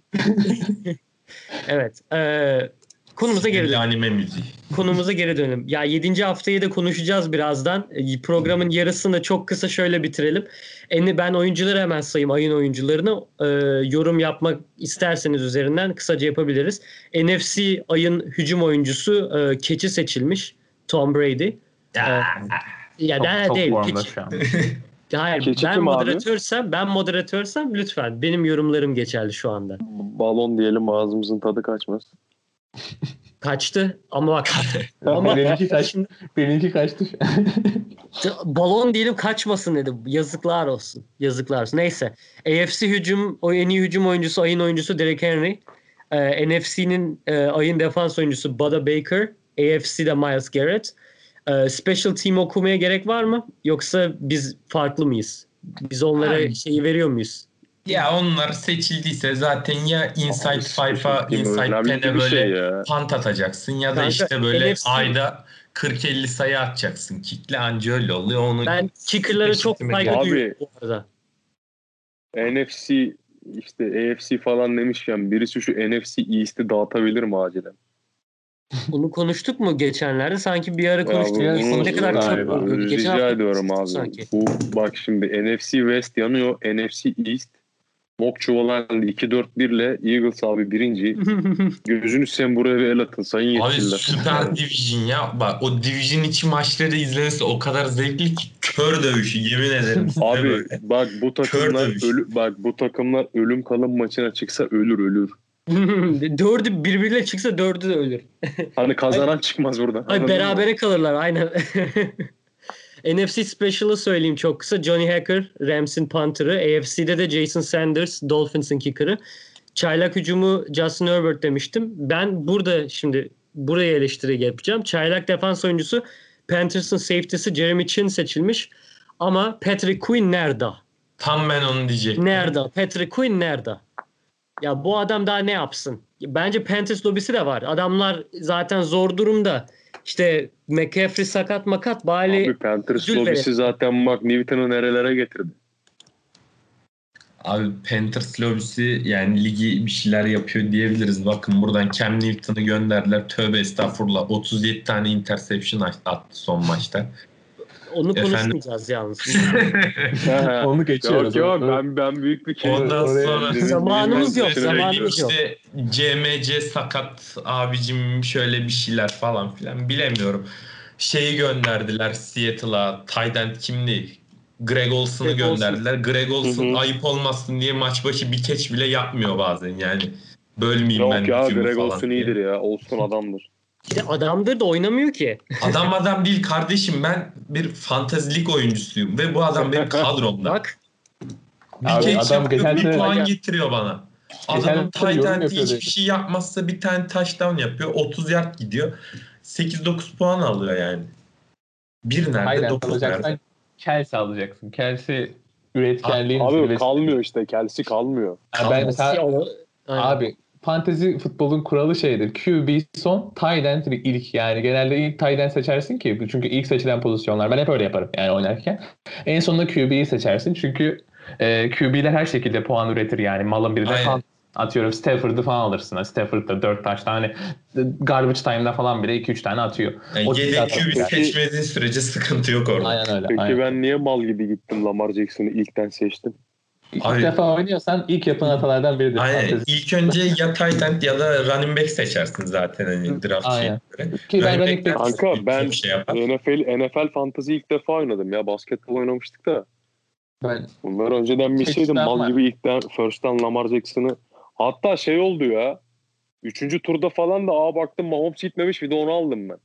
Evet. E, konumuza geri dönelim. Anime müziği. Konumuza geri dönelim. Ya yedinci haftayı da konuşacağız birazdan. E, programın yarısını çok kısa şöyle bitirelim. En, ben oyuncuları hemen sayayım. Ayın oyuncularını. E, yorum yapmak isterseniz üzerinden kısaca yapabiliriz. N F C ayın hücum oyuncusu e, keçi seçilmiş. Tom Brady. Ya. E, ya Çok, da çok değil. formda Keçi. şu an. Hayır, Keçi ben kim abi? moderatörsem, ben moderatörsem lütfen benim yorumlarım geçerli şu anda. Balon diyelim ağzımızın tadı kaçmaz. Kaçtı ama bak ama benimki kaçtı. Benimki kaçtı. balon diyelim kaçmasın dedi. Yazıklar olsun. Yazıklar olsun. Neyse. A F C hücum o en iyi hücum oyuncusu, ayın oyuncusu Derrick Henry. Ee, N F C'nin e, ayın defans oyuncusu Buda Baker. A F C'de Myles Garrett. Ee, special team okumaya gerek var mı? Yoksa biz farklı mıyız? Biz onlara Abi. şeyi veriyor muyuz? Ya onlar seçildiyse zaten ya Inside Abi, Five'a, seçildiğim Inside önemli Ten'e bir böyle şey ya. pant atacaksın ya da Kanka, işte böyle N F C ayda kırk elli sayı atacaksın. Kickle anca öyle oluyor. Onu Ben kicker'lara çok seçilmek saygı lazım. Abi. duyuyorum bu arada. N F C işte A F C falan demişken birisi şu N F C East'i dağıtabilir mi acilen? Bunu konuştuk mu geçenlerde? Sanki bir ara Ya konuştuk. bu- bunu- Ne kadar çok galiba. oluyordu. Geçen Rica hafta ediyorum konuştuk abi. sanki. Bu bak şimdi N F C West yanıyor. N F C East Bok çuvalandı iki dört bir ile Eagles abi birinci. Gözünü sen buraya bir el atın sayın Abi yetkililer. süper division ya. Bak o division içi maçları izlemesi o kadar zevkli ki kör dövüşü yemin ederim size Abi böyle. bak bu takımlar dövüş. ölü, bak bu takımlar ölüm kalım maçına çıksa ölür ölür. Dördü birbiriyle çıksa dördü de ölür. Hani kazanan çıkmaz buradan. Ay Anladın berabere mı? kalırlar aynen. N F C Special'ı söyleyeyim çok kısa. Johnny Hacker, Rams'in punter'ı. A F C'de de Jason Sanders, Dolphins'in kicker'ı. Çaylak hücumu Justin Herbert demiştim. Ben burada şimdi buraya eleştiri yapacağım. Çaylak defans oyuncusu Panthers'ın safety'si Jeremy Chin seçilmiş. Ama Patrick Quinn nerede? Tam ben onu diyecektim. Nerede? Patrick Quinn nerede? Ya bu adam daha ne yapsın? Bence Panthers lobisi de var. Adamlar zaten zor durumda. İşte McCaffrey sakat makat bari Abi Panthers ödül lobisi verelim. zaten bak Newton'u nerelere getirdi. Abi Panthers lobisi yani ligi bir şeyler yapıyor diyebiliriz. Bakın buradan Cam Newton'u gönderdiler. Tövbe estağfurullah. otuz yedi tane interception attı son maçta. Onu Efendim? konuşmayacağız yalnız. Onu geçiyoruz. Yok yok Onu- ben ben büyük bir keyif. Ondan Oraya- sonra Zamanımız yok, Size söyleyeyim zamanımız yok. işte C M C sakat abicim şöyle bir şeyler falan filan bilemiyorum. Şeyi gönderdiler Seattle'a. Tight end kimdi? Greg Olson'u Greg Olson. gönderdiler. Greg Olson Hı hı. ayıp olmasın diye maç başı bir catch bile yapmıyor bazen yani. Bölmeyeyim ben Yok ya hücumu Greg falan Olson diye. iyidir ya. Olson adamdır. Bir de adamdır da oynamıyor ki. Adam adam değil kardeşim, ben bir fantezilik oyuncusuyum ve bu adam benim kadromda. Bak Bir Abi catch adam yapıyor, geçen bir sene- puan getiriyor bana. Geçen Adamın sene tight yorum end yapıyordu. hiçbir şey yapmazsa bir tane touchdown yapıyor. otuz yard gidiyor. sekiz dokuz puan alıyor yani. Bir nerede? Aynen dokuz alacaksan nerede? Kelsey alacaksın. Kelsey üretkenliğin Abi zirvesi. kalmıyor işte. Kelsey kalmıyor. Ya ben mesela Aynen. abi fantezi futbolun kuralı şeydir. Q B son, tight end bir ilk. Yani genelde ilk tight end seçersin ki çünkü ilk seçilen pozisyonlar. Ben hep öyle yaparım yani oynarken. En sonunda Q B'yi seçersin çünkü e, Q B'ler her şekilde puan üretir yani. Malın biri de Aynen. kan atıyorum Stafford'ı falan alırsın. Stafford'da dört taş tane garbage time'da falan bile iki üç tane atıyor. Yani O yedek zaten Q B yani. seçmediğin sürece sıkıntı yok orada. Aynen öyle. Peki aynen. ben niye mal gibi gittim Lamar Jackson'ı ilkten seçtim? İlk Abi- defa oynuyorsan ilk yapılan hatalardan biridir. Aynen. Fantezi. İlk önce ya tight end ya da running back seçersin zaten hani draft Aynen. şeyleri. Ki ben running back'ler back- Kanka çok ben şey yapar. N F L N F L Fantasy ilk defa oynadım ya. Basketbol oynamıştık da. Ben Bunlar önceden bilseydim Seçten mal var. gibi ilkten first'ten Lamar Jackson'ı. Hatta şey oldu ya. Üçüncü turda falan da aa baktım Mahomes gitmemiş bir de onu aldım ben.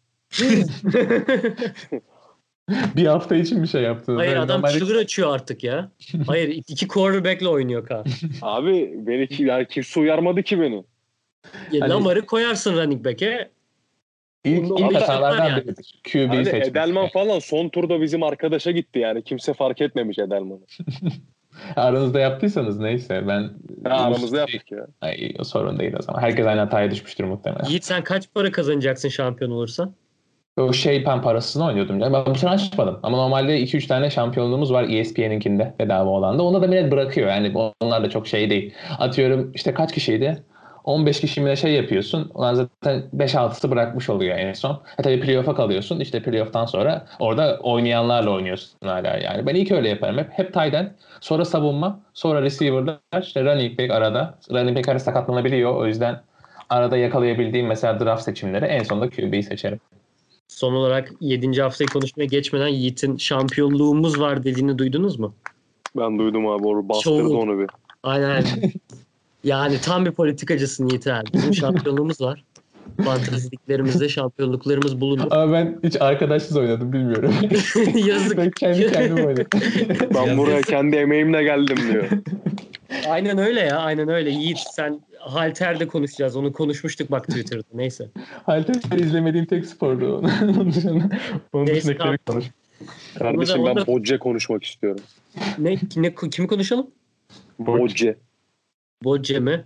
bir hafta için bir şey yaptınız. Hayır Yani adam normalde- çığır açıyor artık ya. Hayır iki quarterback'le oynuyor Kaan. Abi beni ki- yani kimse uyarmadı ki beni. Ya, Hani- Lamar'ı koyarsın running back'e. İlk, Onu- ilk onu hatalardan yapar yani. biridir. Q B'yi Hani seçmek. Edelman falan son turda bizim arkadaşa gitti yani. Kimse fark etmemiş Edelman'ı. Aranızda yaptıysanız neyse ben Ha, aramızda yaptık ya. Ay, o sorun değil o zaman. Herkes aynı hataya düşmüştür muhtemelen. Yiğit sen kaç para kazanacaksın şampiyon olursan? O şey ben parasını oynuyordum. Ya. Ben bu sene açmadım. Ama normalde iki üç tane şampiyonluğumuz var E S P N''inkinde bedava olan da. Onda da millet bırakıyor. Yani onlar da çok şey değil. Atıyorum işte kaç kişiydi? on beş kişi mi şey yapıyorsun. Onlar zaten beş altısı bırakmış oluyor en son. E tabii playoff'a kalıyorsun. İşte playoff'tan sonra orada oynayanlarla oynuyorsun hala yani. Ben ilk öyle yaparım. Hep, hep tight end, sonra savunma, sonra receiver'lar, işte running back arada. Running back arada sakatlanabiliyor. O yüzden arada yakalayabildiğim mesela draft seçimleri en sonunda Q B'yi seçerim. Son olarak yedinci haftayı konuşmaya geçmeden Yiğit'in şampiyonluğumuz var dediğini duydunuz mu? Ben duydum abi. O bastırdı Çoğu- onu bir. Aynen. Yani tam bir politikacısın Yiğit abi. Bizim şampiyonluğumuz var. Fantastiklerimizde şampiyonluklarımız bulunur. Ama ben hiç arkadaşsız oynadım bilmiyorum. Yazık. Ben kendi kendime oynadım. Ben Ya buraya biz- kendi emeğimle geldim diyor. Aynen öyle ya. Aynen öyle. Yiğit sen halterde konuşacağız. Onu konuşmuştuk bak Twitter'da. Neyse. Halter izlemediğim tek spordu. Onun dışında, onun Neyse, dışındakileri konuş. Kardeşim Onu da- ben Bocce konuşmak istiyorum. Ne, ne kimi konuşalım? Bocce. Bocce mi?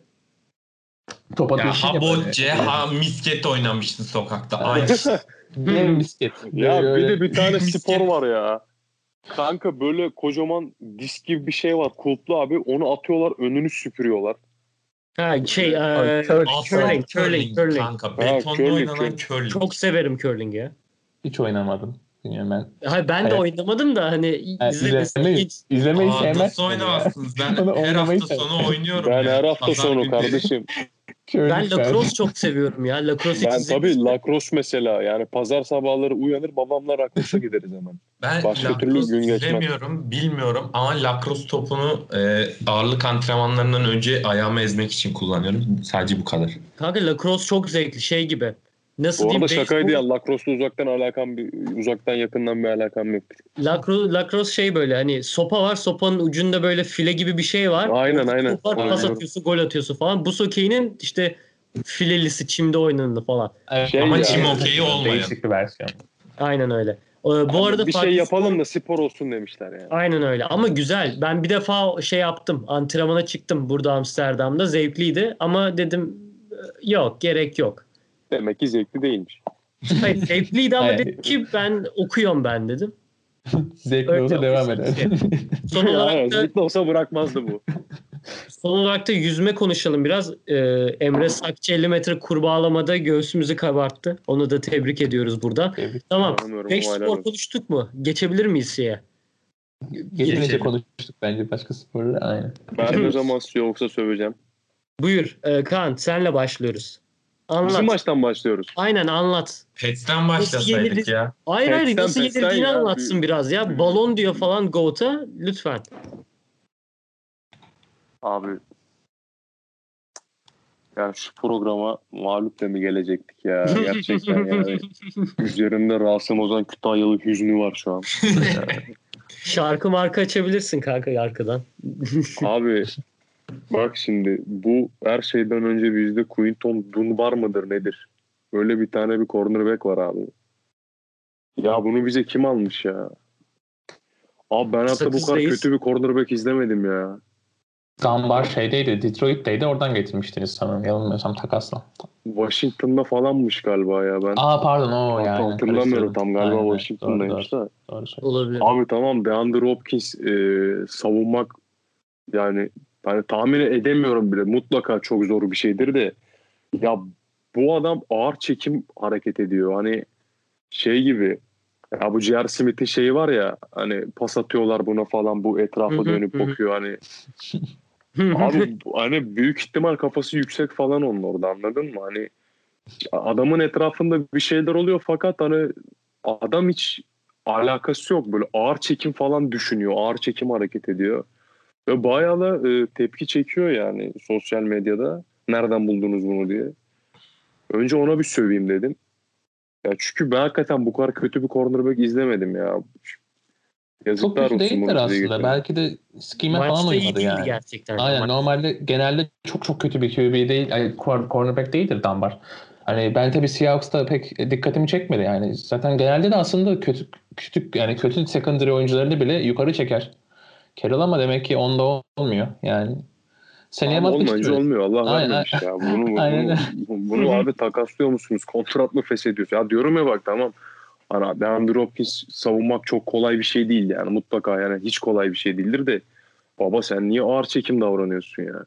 Top Ya atıyorsun ha ya böyle. bocce ha misket oynamıştın sokakta. Aynı şey. Ne misket. Ya Böyle- bir de bir tane Büyük spor misket. var ya. Kanka böyle kocaman disk gibi bir şey var. Kulplu abi. Onu atıyorlar önünü süpürüyorlar. Ha şey Ay, e, curling, Asfalt curling, curling, curling, curling. kanka. Betonla curling, oynanan curling. curling. Çok severim curling'i. Hiç oynamadım. Bilmiyorum ben. Hayır ben de Evet. oynamadım da hani Yani izlemesi izlemeyi, ilginç. izlemeyi Aa, sevmezsin. nasıl oynamazsınız? Ben Onu her oynamayı hafta severim. sonu oynuyorum Ben ya. her hafta Pazar sonu günleri. kardeşim. Ben lacrosse çok seviyorum ya. Lacrosse hiç Ben izlediniz tabii mi? lacrosse mesela. Yani pazar sabahları uyanır babamla lacrosse'a gideriz hemen. Ben Başka türlü lacrosse gün geçmez. izlemiyorum, bilmiyorum ama lacrosse topunu e, ağırlık antrenmanlarından önce ayağımı ezmek için kullanıyorum. Sadece bu kadar. Kanka lacrosse çok zevkli şey gibi. Nasıl Bu diyeyim? arada şakaydı Beyzbol- ya. Lacrosse'la uzaktan alakam bir, uzaktan yakından bir alakam yok. Lacrosse, lacrosse şey böyle hani sopa var, sopanın ucunda böyle file gibi bir şey var. Aynen, Orada aynen. top var, Onu pas biliyorum. atıyorsun, gol atıyorsun falan. Bu hokeyinin işte filelisi çimde oynandı falan. Evet, Şey Ama ya, çim hokeyi olmayan. Değişik bir versiyon. Aynen öyle. Ee, Bu arada bir şey farklı yapalım spor- da spor olsun demişler yani. Aynen öyle ama güzel. Ben bir defa şey yaptım. Antrenmana çıktım burada Amsterdam'da. Zevkliydi ama dedim e, yok gerek yok. Demek ki zevkli değilmiş. Hayır zevkliydi ama Hayır. dedim ki ben okuyorum ben dedim. Zevkli Öyle olsa devam olursa eder. Son olarak Aynen, da, zevkli olsa bırakmazdı bu. son olarak da yüzme konuşalım biraz. Ee, Emre Sakçı elli metre kurbağalamada göğsümüzü kabarttı. Onu da tebrik ediyoruz burada. Tebrik. Tamam. Anlamıyorum, beş ama spor helal konuştuk mu? Geçebilir miyiz şeye? Yeterince Geçelim. konuştuk bence başka sporları. Aynen. Ben o zaman size yoksa söveceğim. Buyur e, Kaan senle başlıyoruz. Anlat. Bizim maçtan başlıyoruz. Aynen anlat. Pets'ten başlasaydık yenildi? ya. Hayır hayır Petsten, nasıl petsten yenildiğini ya. anlatsın biraz ya. Balon diyor falan Goat'a lütfen. Abi ya şu programa mağlup da mı gelecektik ya gerçekten yani. Üzerimde Rasim Ozan Kütahyalı hüznü var şu an. Şarkı marka açabilirsin kanka arkadan. Abi bak şimdi bu her şeyden önce bizde Quinton Dunbar mıdır nedir? Böyle bir tane bir cornerback var abi. Ya bunu bize kim almış ya? Abi ben hatta bu kadar Sakızdayız. kötü bir cornerback izlemedim ya. Gambar şeydeydi, Detroit'teydi. Oradan getirmiştiniz sanırım. Yanılmıyorsam takasla. Washington'da falanmış galiba ya ben. Aa pardon o Hat- yani. hatırlamıyorum tam galiba Aynen, Washington'daymış doğru, da. Doğru söylüyorsun. Olabilir. Abi tamam DeAndre Hopkins e, savunmak Yani hani tahmin edemiyorum bile. Mutlaka çok zor bir şeydir de. Ya bu adam ağır çekim hareket ediyor. Hani şey gibi. Ya bu J R. Smith'in şeyi var ya, hani pas atıyorlar buna falan, bu etrafa dönüp bakıyor hani. Abi hani büyük ihtimal kafası yüksek falan onun orada, anladın mı? Hani adamın etrafında bir şeyler oluyor fakat hani adam hiç alakası yok. Böyle ağır çekim falan düşünüyor. Ağır çekim hareket ediyor. Ve bayağı da e, tepki çekiyor yani sosyal medyada. Nereden buldunuz bunu diye. Önce ona bir söveyim dedim. Ya çünkü ben hakikaten bu kadar kötü bir cornerback izlemedim ya. Çok Yazıklar kötü olsun değildir bunu bize aslında. getiren. Belki de skime falan Maçta iyi uymadı değildi yani. gerçekten. Aynen, normalde genelde çok çok kötü bir Q B değil. Yani cornerback değildir Dunbar. Hani ben tabii Seahawks'ta pek dikkatimi çekmedi yani. Zaten genelde de aslında kötü küçük yani kötü secondary oyuncularını bile yukarı çeker. Carroll ama demek ki onda olmuyor yani. Seneye Abi olmayınca vazgeçti. olmuyor. Allah Aynen. vermemiş ya. Bunu Aynen. bunu bunu abi takaslıyor musunuz? Kontrat mı feshediyorsun? Ya diyorum ya, bak tamam. Hani DeAndre Hopkins savunmak çok kolay bir şey değil yani, mutlaka yani hiç kolay bir şey değildir de baba sen niye ağır çekim davranıyorsun ya?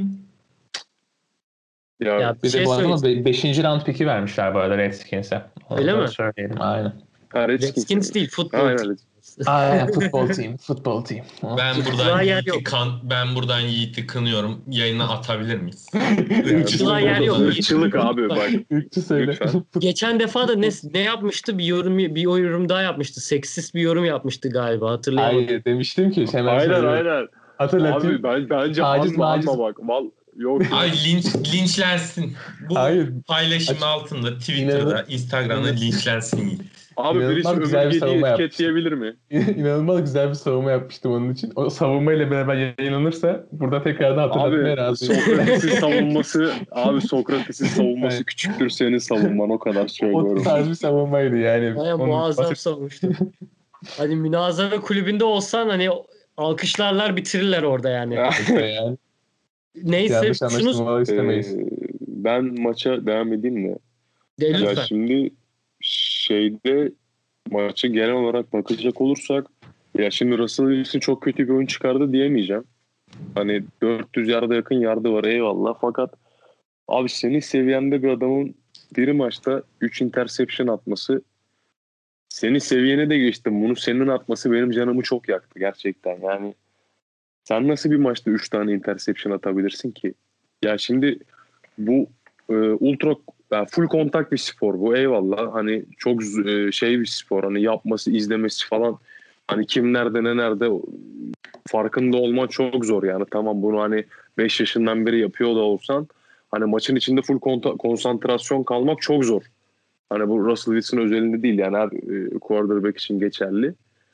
Ya, Ya bir Bir de şey bu adama söyleyeyim. beşinci round pick'i vermişler bu arada Redskins'e. Onu Öyle da mi? söyleyelim. Aynen. ha, Redskins Redskins demiş. değil, Ha, futbol aynen. team. Aynen, futbol team. Futbol team. Ben buradan Irkçılığa yer Yiğit'i yok. kan ben buradan Yiğit'i kınıyorum. Yayına atabilir miyiz? Irkçılığa yer yok. Irkçılık abi bak. Ürkçü söyle. Lütfen. Geçen defa da ne, ne yapmıştı? Bir yorum bir o yorum daha yapmıştı. Seksist bir yorum yapmıştı galiba. Hatırlayamadım. Hayır demiştim ki hemen Aynen söylüyorum. aynen. Hatırlatayım. Abi ben, bence Taciz anma maciz. anma bak. Val, yok yok. Ay linç linçlensin. Bu Hayır. paylaşım Aç- altında Twitter'da, İnanılmaz, Instagram'da inan- linçlensin Yiğit. Abi birisi inanılmaz güzel bir ömürgeciyi savunma yapmıştım. etiketleyebilir mi? İnanılmaz güzel bir savunma yapmıştım onun için. O savunmayla beraber yayınlanırsa burada tekrardan hatırlatmaya Abi razıyım. Sokrates'in savunması abi Sokrates'in savunması Evet. küçüktür senin savunman, o kadar O söylüyorum. tarz bir savunmaydı yani. Baya Onu muazzam basit- savunmuştu. Hani münazara kulübünde olsan hani alkışlarlar, bitirirler orada yani. yani. Neyse Yanlış şunu anlaşılmalar Ee, istemeyiz. ben maça devam edeyim mi? de Ya lütfen. şimdi şeyde maçı genel olarak bakacak olursak, ya şimdi Russell Wilson çok kötü bir oyun çıkardı diyemeyeceğim. Hani dört yüz yarda yakın yardı var, eyvallah, fakat abi senin seviyende bir adamın bir maçta üç interception atması, senin seviyene de geçtim, bunu senin atması benim canımı çok yaktı gerçekten. Yani sen nasıl bir maçta üç tane interception atabilirsin ki? Ya şimdi bu e, ultra yani full kontak bir spor bu, eyvallah. Hani çok e, şey bir spor, hani yapması, izlemesi falan, hani kim nerede ne nerede farkında olman çok zor yani. Tamam, bunu hani beş yaşından beri yapıyor da olsan, hani maçın içinde full konta- konsantrasyon kalmak çok zor. Hani bu Russell Wilson özelinde değil yani, her e, quarterback için geçerli.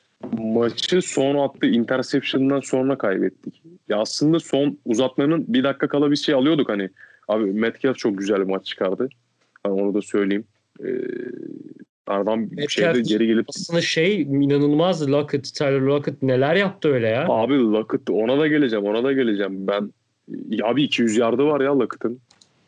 Maçı son attığı interception'dan sonra kaybettik. Ya aslında son uzatmanın bir dakika kala bir şey alıyorduk hani. Abi Metcalf çok güzel bir maç çıkardı. Hani onu da söyleyeyim. Ee, aradan bir şeyde Metcalf geri gelip aslında şey inanılmaz. Lockett, Tyler Lockett neler yaptı öyle ya. abi Lockett, ona da geleceğim ona da geleceğim. Ben ya abi iki yüz yardı var ya Lockett'ın.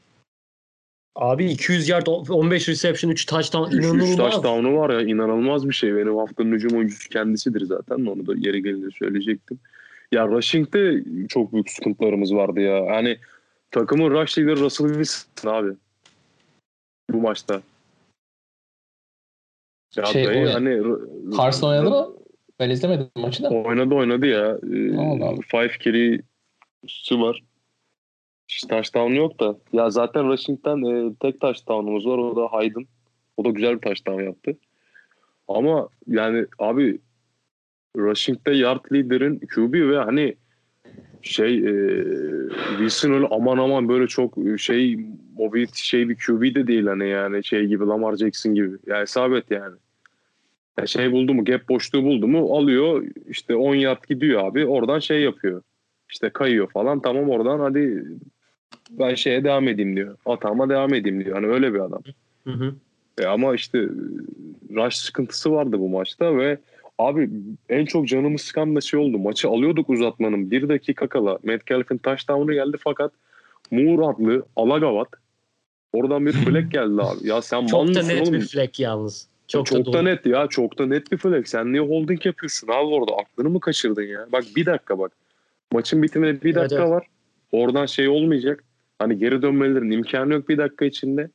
Abi iki yüz yard, on beş reception, üç touchdown, üç inanılmaz. touchdown'u var ya, inanılmaz bir şey. Benim haftanın hücum oyuncusu kendisidir zaten. Onu da yeri gelince söyleyecektim. Ya rushing'de çok büyük sıkıntılarımız vardı ya. Hani takımın rush leader'ı Russell Wilson abi. Bu maçta. Ya Şey, dayı o- hani Carson oynadı mı? Ben izlemedim maçı da. oynadı oynadı ya. Ee, Allah Allah. Five carry'si var. Hiç touchdown yok da. Ya zaten rushing'den e, tek touchdown'umuz var. O da Hayden. O da güzel bir touchdown yaptı. Ama yani abi rushing'de yard leader'ın Q B ve hani şey e, Wilson öyle aman aman böyle çok şey mobility şey bir Q B de değil hani, yani şey gibi Lamar Jackson gibi. Yani isabet yani. Yani şey buldu mu, gap boşluğu buldu mu alıyor işte on yard gidiyor abi, oradan şey yapıyor. İşte kayıyor falan, tamam, oradan hadi ben şeye devam edeyim diyor. Atağıma devam edeyim diyor. Hani öyle bir adam. Hı hı. E ama işte rush sıkıntısı vardı bu maçta ve abi en çok canımı sıkan da şey oldu. Maçı alıyorduk uzatmanın bir dakika kala. Metcalf'in touchdown'u geldi fakat Moore adlı alagavat oradan bir flag geldi abi. Ya sen mal Çok da mısın net oğlum? bir flag yalnız. Çok, Çok, da da doğru. net ya. Çok da net bir flag. Sen niye holding yapıyorsun abi orada? Aklını mı kaçırdın ya? Bak bir dakika bak. Maçın bitimine bir dakika Evet, evet. var. Oradan şey olmayacak. Hani geri dönmelerinin imkanı yok bir dakika içinde.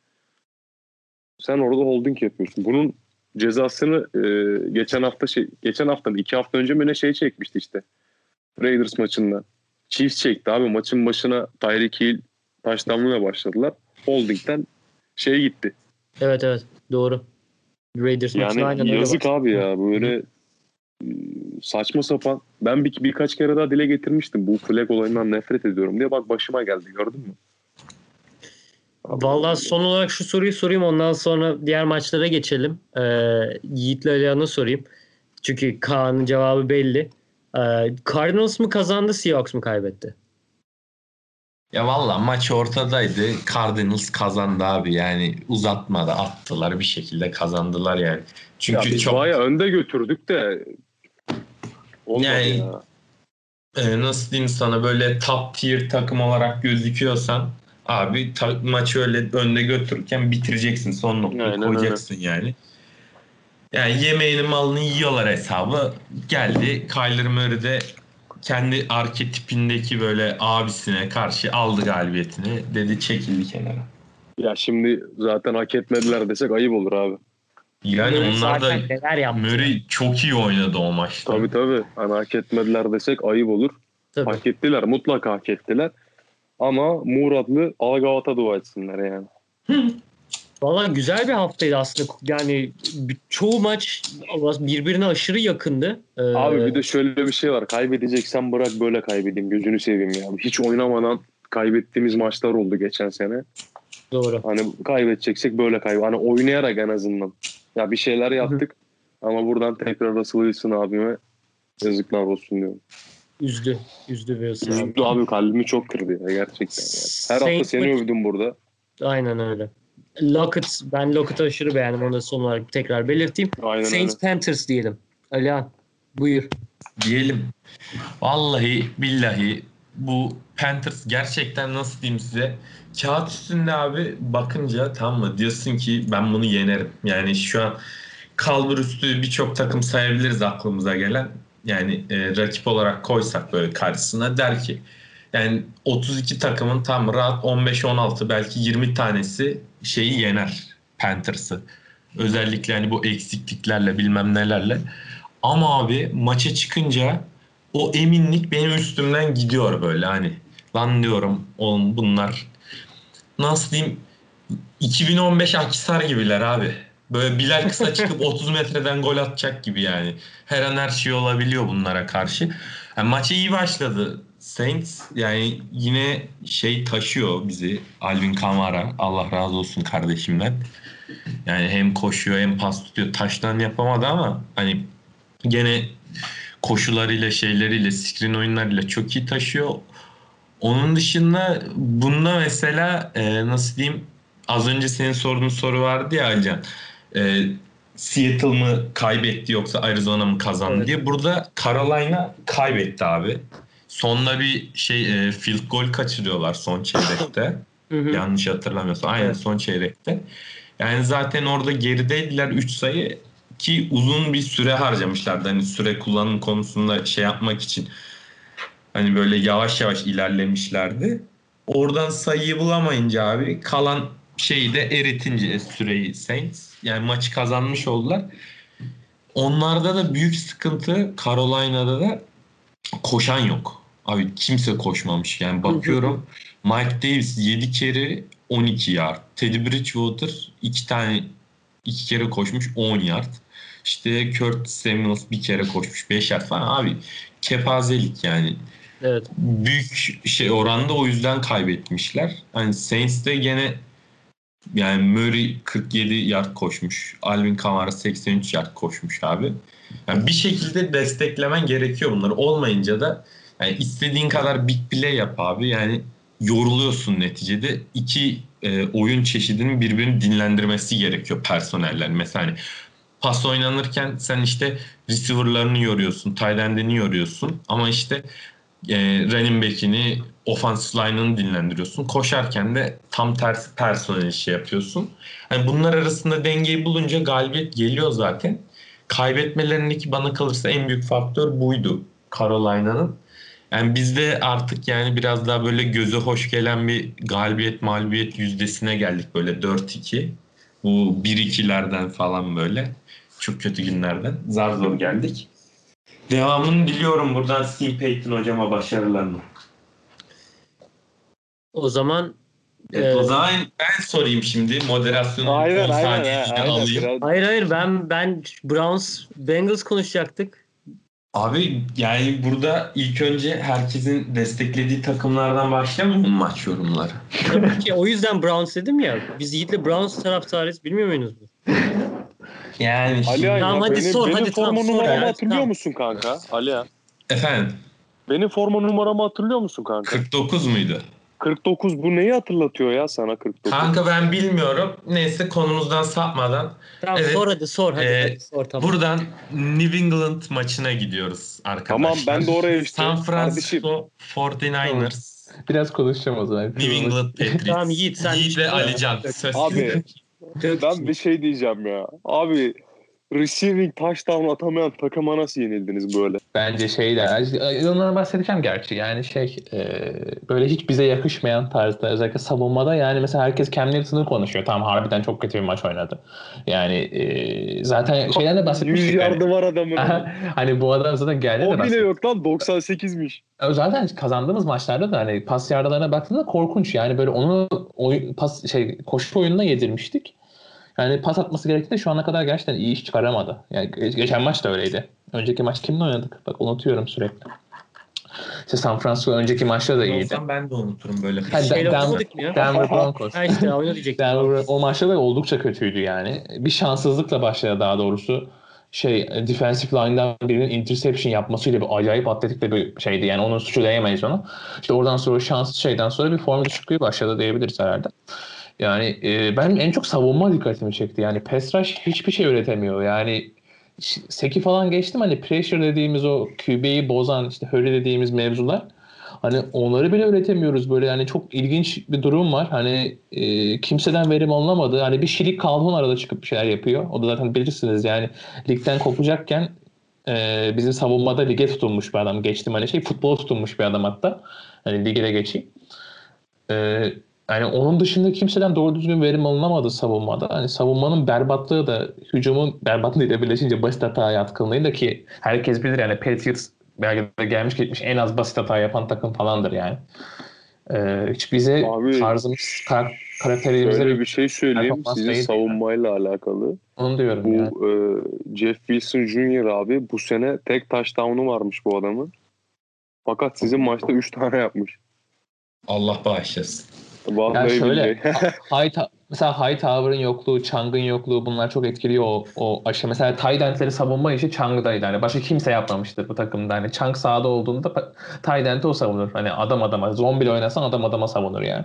Sen orada holding yapıyorsun. Bunun cezasını e, geçen hafta şey geçen hafta iki hafta önce mi ne şey çekmişti işte. Raiders maçında. Chiefs çekti abi. Maçın başına Tyreek Hill touchdown'la başladılar. Holding'den şey gitti. Evet evet doğru. Raiders maçına aynen Yani öyle yazık başladı. abi ya. Böyle e, saçma sapan. Ben bir, birkaç kere daha dile getirmiştim. Bu flag olayından nefret ediyorum diye. Bak başıma geldi. Gördün mü? Vallahi son olarak şu soruyu sorayım, ondan sonra diğer maçlara geçelim. Ee, Yiğit'le Alihan'a sorayım. Çünkü Kaan'ın cevabı belli. Ee, Cardinals mı kazandı, Seahawks mı kaybetti? Ya valla maç ortadaydı. Cardinals kazandı abi. Yani uzatmada attılar, bir şekilde kazandılar yani. Ya Çünkü biz çok bayağı önde götürdük de olmadı yani ya. e, nasıl diyeyim sana, böyle top tier takım olarak gözüküyorsan abi ta- maçı öyle önde götürürken bitireceksin. Son noktayı Aynen öyle. koyacaksın yani. Yani yemeğini malını yiyorlar hesabı. Geldi Kyler Murray de kendi arketipindeki böyle abisine karşı aldı galibiyetini. Dedi çekildi kenara. Ya şimdi zaten hak etmediler desek ayıp olur abi. Yani Murray onlar da zaten neler yaptı Murray çok iyi oynadı o maçta. Tabii tabii. Hani hak etmediler desek ayıp olur. Tabii. Hak ettiler. Mutlaka hak ettiler. Ama Muratlı Algavat'a dua etsinler yani. Valla güzel bir haftaydı aslında. Yani çoğu maç birbirine aşırı yakındı. Ee, Abi bir de şöyle bir şey var. Kaybedeceksen bırak böyle kaybedeyim. Gözünü seveyim ya. Hiç oynamadan kaybettiğimiz maçlar oldu geçen sene. Doğru. Hani kaybedeceksek böyle kaybet. Hani oynayarak en azından. Ya bir şeyler yaptık. Ama buradan tekrar Russell Wilson abime yazıklar olsun diyorum. Üzdü. Üzdü Wilson abi. Üzüldü abi, kalbimi çok kırdı ya gerçekten. Yani. Her hafta Saints seni maç- övdüm burada. Aynen öyle. Lockett, ben Lockett'ı aşırı beğendim. Onu da son olarak tekrar belirteyim. Aynen Saints öyle. Panthers diyelim. Alihan buyur. Diyelim. Vallahi billahi bu Panthers gerçekten, nasıl diyeyim size, kağıt üstünde abi bakınca tamam mı diyorsun ki ben bunu yenerim. Yani şu an kalbur üstü birçok takım sayabiliriz aklımıza gelen. Yani e, rakip olarak koysak böyle karşısına, der ki yani otuz iki takımın tam rahat on beş on altı belki yirmi tanesi şeyi yener, Panthers'ı. Özellikle hani bu eksikliklerle bilmem nelerle. Ama abi maça çıkınca o eminlik benim üstümden gidiyor böyle, hani lan diyorum oğlum bunlar nasıl diyeyim iki bin on beş Akhisar gibiler abi. Böyle Bilal Kısa çıkıp otuz metreden gol atacak gibi yani. Her an her şey olabiliyor bunlara karşı. Yani maça iyi başladı Saints. Yani yine şey taşıyor bizi, Alvin Kamara. Allah razı olsun kardeşimden. Yani hem koşuyor hem pas tutuyor. Taştan yapamadı ama hani gene koşularıyla şeyleriyle screen oyunlarıyla çok iyi taşıyor. Onun dışında bunda mesela e, nasıl diyeyim, az önce senin sorduğun soru vardı ya Alican. E, Seattle mı kaybetti yoksa Arizona mı kazandı Evet. diye. Burada Carolina kaybetti abi. Sonunda bir şey e, field goal kaçırıyorlar son çeyrekte. Hı hı. Yanlış hatırlamıyorsam. Aynen Evet. son çeyrekte. Yani zaten orada gerideydiler üç sayı ki uzun bir süre harcamışlardı. Hani süre kullanım konusunda şey yapmak için. Hani böyle yavaş yavaş ilerlemişlerdi. Oradan sayıyı bulamayınca abi kalan şeyi de eritince süreyi Saints, yani maçı kazanmış oldular. Onlarda da büyük sıkıntı, Carolina'da da koşan yok. Abi kimse koşmamış. Yani bakıyorum Mike Davis yedi kere on iki yard. Teddy Bridgewater iki tane iki kere koşmuş on yard. İşte Kurt Samuels bir kere koşmuş beş yard falan. Abi kepazelik yani. Evet. Büyük şey oranda o yüzden kaybetmişler. Hani Saints de gene yani Murray kırk yedi yard koşmuş. Alvin Kamara seksen üç yard koşmuş abi. Yani bir şekilde desteklemen gerekiyor bunları. Olmayınca da yani istediğin kadar big play yap abi. Yani yoruluyorsun neticede. İki e, oyun çeşidinin birbirini dinlendirmesi gerekiyor personeller. Mesela hani pas oynanırken sen işte receiver'larını yoruyorsun, tight end'ini yoruyorsun ama işte e, running back'ini, offensive line'ını dinlendiriyorsun. Koşarken de tam tersi personel işi yapıyorsun. Yani bunlar arasında dengeyi bulunca galibiyet geliyor zaten. Kaybetmelerindeki bana kalırsa en büyük faktör buydu Carolina'nın. Yani bizde artık yani biraz daha böyle göze hoş gelen bir galibiyet mağlubiyet yüzdesine geldik böyle dört iki. Bu bir ikilerden falan böyle. Çok kötü günlerden. Zar zor geldik. Devamını diliyorum buradan Steve Payton hocama başarılarını. O zaman Evet, e, o zaman ben sorayım şimdi. Moderasyonu Aynen, on aynen, saniye ha, yine aynen. alayım. Biraz- hayır hayır ben ben Browns Bengals konuşacaktık. Abi yani burada ilk önce herkesin desteklediği takımlardan başlayalım mı maç yorumları? Tabii ki o yüzden Browns dedim ya. Biz Yiğit'le Browns taraftarıyız. Bilmiyor muydunuz bu? Yani Ali şimdi... Ay, Tamam, hadi benim, sor, benim hadi, forma tamam, sor numaramı ya. hatırlıyor Tamam. musun kanka? Ali Ay. Efendim Benim forma numaramı hatırlıyor musun kanka? kırk dokuz muydu? kırk dokuz, bu neyi hatırlatıyor ya sana kırk dokuz? Kanka ben bilmiyorum. Neyse konumuzdan sapmadan. Tamam, Evet, sor hadi, sor hadi, e, hadi sor, tamam. buradan New England maçına gidiyoruz arkadaşlar. Tamam, ben de oraya işte. San Francisco kırk dokuz ers Biraz konuşacağım o zaman. New England Patriots. Tamam, Yiğit, sen- Yiğit ve Alican. Söz Abi Dök ben şimdi. bir şey diyeceğim ya. Abi receiving touchdown atamayan takıma nasıl yenildiniz böyle? Bence şeyler, onlara bahsedeceğim gerçi yani şey e, böyle hiç bize yakışmayan tarzda özellikle savunmada yani mesela herkes Cam Newton'u konuşuyor. Tamam, harbiden çok kötü bir maç oynadı. Yani e, zaten şeyden de bahsetmiştik. yüz yardı hani, var adamın. hani bu adam zaten geldi de O bile bahsettik. yok lan, doksan sekizmiş. Zaten kazandığımız maçlarda da hani pas yardılarına baktığında korkunç yani böyle onu oy, pas şey koşu oyununa yedirmiştik. Yani pas atması gerektiğinde şu ana kadar gerçekten iyi iş çıkaramadı. Yani geçen maç da öyleydi. Önceki maç kimle oynadık? Bak unutuyorum sürekli. İşte San Francisco önceki maçta da iyiydi. Olsam ben de unuturum böyle. Ha, Şeyle Denver- oynadık mı ya? Denver Broncos. Ha işte onu diyecektim. Denver o maçta da oldukça kötüydü yani. Bir şanssızlıkla başladı daha doğrusu. Şey defensive line'dan birinin interception yapmasıyla bir acayip atletik de bir şeydi. Yani onun suçu diyemeyiz ona. İşte oradan sonra şanssız şeyden sonra bir form düşüklüğü başladı diyebiliriz herhalde. Yani e, ben en çok savunma dikkatimi çekti. Yani pass rush hiçbir şey üretemiyor. Yani seki falan geçtim, hani pressure dediğimiz o Q B'yi bozan işte hurry dediğimiz mevzular. Hani onları bile üretemiyoruz böyle, yani çok ilginç bir durum var. Hani e, kimseden verim alınamadı. Hani bir Şilik Calhoun arada çıkıp bir şeyler yapıyor. O da zaten bilirsiniz yani ligden kopacakken e, bizim savunmada lige tutunmuş bir adam. Geçtim hani şey futbol tutunmuş bir adam hatta. Hani lige de geçeyim. E, Yani onun dışında kimseden doğru düzgün verim alınamadı savunmada. Hani savunmanın berbatlığı da hücumun berbatlığıyla birleşince basit hata yatkınlığıyla, ki herkes bilir yani Patriots belki de gelmiş gitmiş en az basit hata yapan takım falandır yani. Ee, hiç bize Abi, tarzımız, kar- karakterimize Şöyle bir şey söyleyeyim performans sizin değil savunmayla alakalı. onu diyorum Bu yani. e, Jeff Wilson Junior abi bu sene tek touchdown'u varmış bu adamın. Fakat sizin maçta üç tane yapmış. Allah bağışlasın. Vallahi Yani şöyle billahi. ha- high ta- mesela Hightower'ın yokluğu, Chang'ın yokluğu bunlar çok etkiliyor o, o aşağı. Mesela tight end'leri savunma işi Chang'daydı. Hani başka kimse yapmamıştır bu takımda. Hani Chang sahada olduğunda pa- tight end'i o savunur. Hani adam adama, zombiyle oynasan adam adama savunur yani.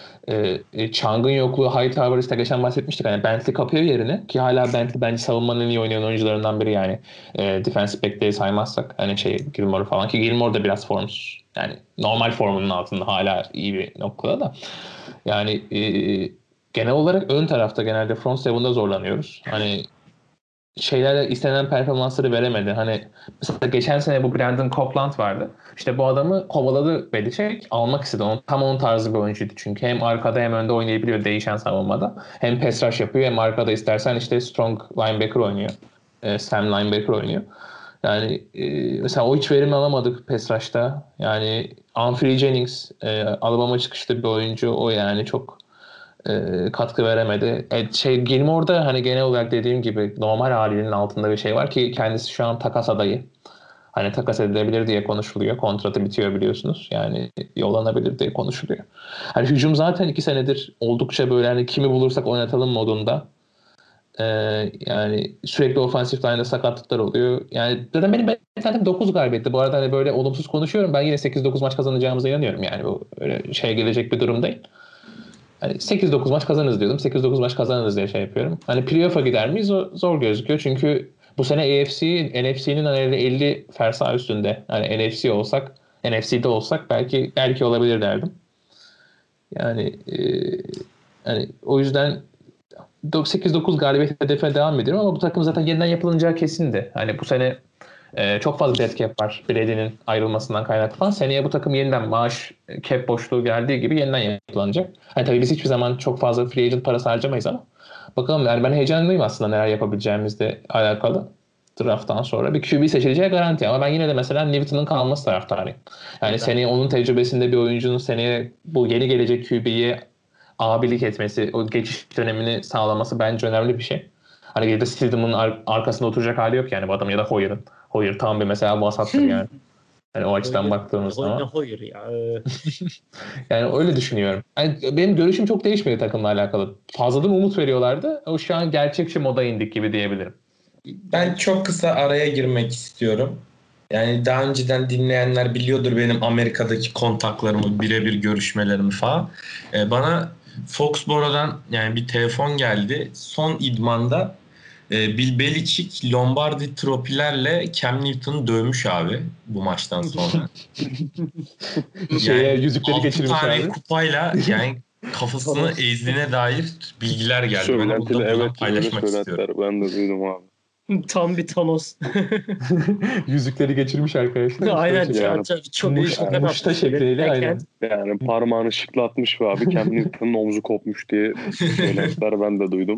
Ee, Chang'ın yokluğu, Hightower işte geçen bahsetmiştik. Hani Bentley kapıyor yerini, ki hala Bentley bence savunmanın en iyi oynayan oyuncularından biri yani. E, defensive back'leri saymazsak hani şey Gilmore falan, ki Gilmore da biraz formsuz. Yani normal formunun altında hala iyi bir noktada da. Yani e, genel olarak ön tarafta genelde front seven'da zorlanıyoruz. Hani şeylerle istenen performansları veremedi. Hani mesela geçen sene bu Brandon Copeland vardı. İşte bu adamı kovaladı Belichick. Almak istedi. Onun, tam onun tarzı bir oyuncuydu. Çünkü hem arkada hem önde oynayabiliyor değişen savunmada. Hem pass rush yapıyor, hem arkada istersen işte strong linebacker oynuyor. E, Sam linebacker oynuyor. Yani e, mesela o hiç verim alamadık pass rush'ta. Yani Humphrey Jennings e, Alabama çıkışlı bir oyuncu. O yani çok e, katkı veremedi. E, şey Gilmore'da hani genel olarak dediğim gibi normal halinin altında bir şey var, ki kendisi şu an takas adayı. Hani takas edilebilir diye konuşuluyor. Kontratı bitiyor biliyorsunuz. Yani yollanabilir diye konuşuluyor. Hani hücum zaten iki senedir oldukça böyle hani kimi bulursak oynatalım modunda. Ee, yani sürekli ofansif line'da sakatlıklar oluyor. Yani zaten benim beklentim dokuz galibiyetti. Bu arada hani böyle olumsuz konuşuyorum. Ben yine sekiz dokuz maç kazanacağımıza inanıyorum. Yani bu öyle şey gelecek bir durum değil. Hani sekiz dokuz maç kazanırız diyordum. sekiz dokuz maç kazanırız diye şey yapıyorum. Hani playoff'a gider miyiz? O zor gözüküyor. Çünkü bu sene A F C, N F C'nin hani elli fersa üstünde. Hani N F C olsak, N F C'de olsak belki belki olabilir derdim. Yani e, hani o yüzden sekiz dokuz galibiyet hedefine devam ediyorum, ama bu takım zaten yeniden yapılınacağı kesindi. Hani bu sene Ee, çok fazla dead cap var Brady'nin ayrılmasından kaynaklı falan. Seneye bu takım yeniden maaş cap boşluğu geldiği gibi yeniden yapılanacak. Hani tabii biz hiçbir zaman çok fazla free agent parası harcamayız ama bakalım, yani ben heyecanlıyım aslında neler yapabileceğimizle alakalı. Draft'tan sonra bir Q B seçileceği garanti ama ben yine de mesela Newton'un kalması taraftarıyım. Yani evet. Seneye onun tecrübesinde bir oyuncunun seneye bu yeni gelecek Q B'ye abilik etmesi, o geçiş dönemini sağlaması bence önemli bir şey. Hani gelip de Stidham'ın ar- arkasında oturacak hali yok yani bu adam ya da Hoyer'ın. Hoyer tam bir mesela vasattır yani. Yani o açıdan Hoyer, baktığımız Hoyer, zaman. Hoyer ya. Yani öyle düşünüyorum. Yani benim görüşüm çok değişmedi takımla alakalı. Fazladan umut veriyorlardı. O şu an gerçekçi moda indik gibi diyebilirim. Ben çok kısa araya girmek istiyorum. Yani daha önceden dinleyenler biliyordur benim Amerika'daki kontaklarımı, birebir görüşmelerimi falan. Ee, bana Foxboro'dan yani bir telefon geldi. Son idmanda e, Bill Belichick Lombardi trofilerle Cam Newton'u dövmüş abi bu maçtan sonra. Şeye, Yani yüzükleri altı geçirmiş tane abi. kupayla yani kafasını ezdiğine dair bilgiler geldi bana. Bunu da Söylentide buradan evet öyle paylaşmak istiyorum. söylentiler. Ben de duydum abi. Tam bir Thanos. Yüzükleri geçirmiş arkadaşlar. Aynen. İşte Yani, çok, çok muş, çok muşta şekliyle aynen. Yani parmağını şıklatmış ve abi Cam Newton'un omzu kopmuş diye söylentiler ben de duydum.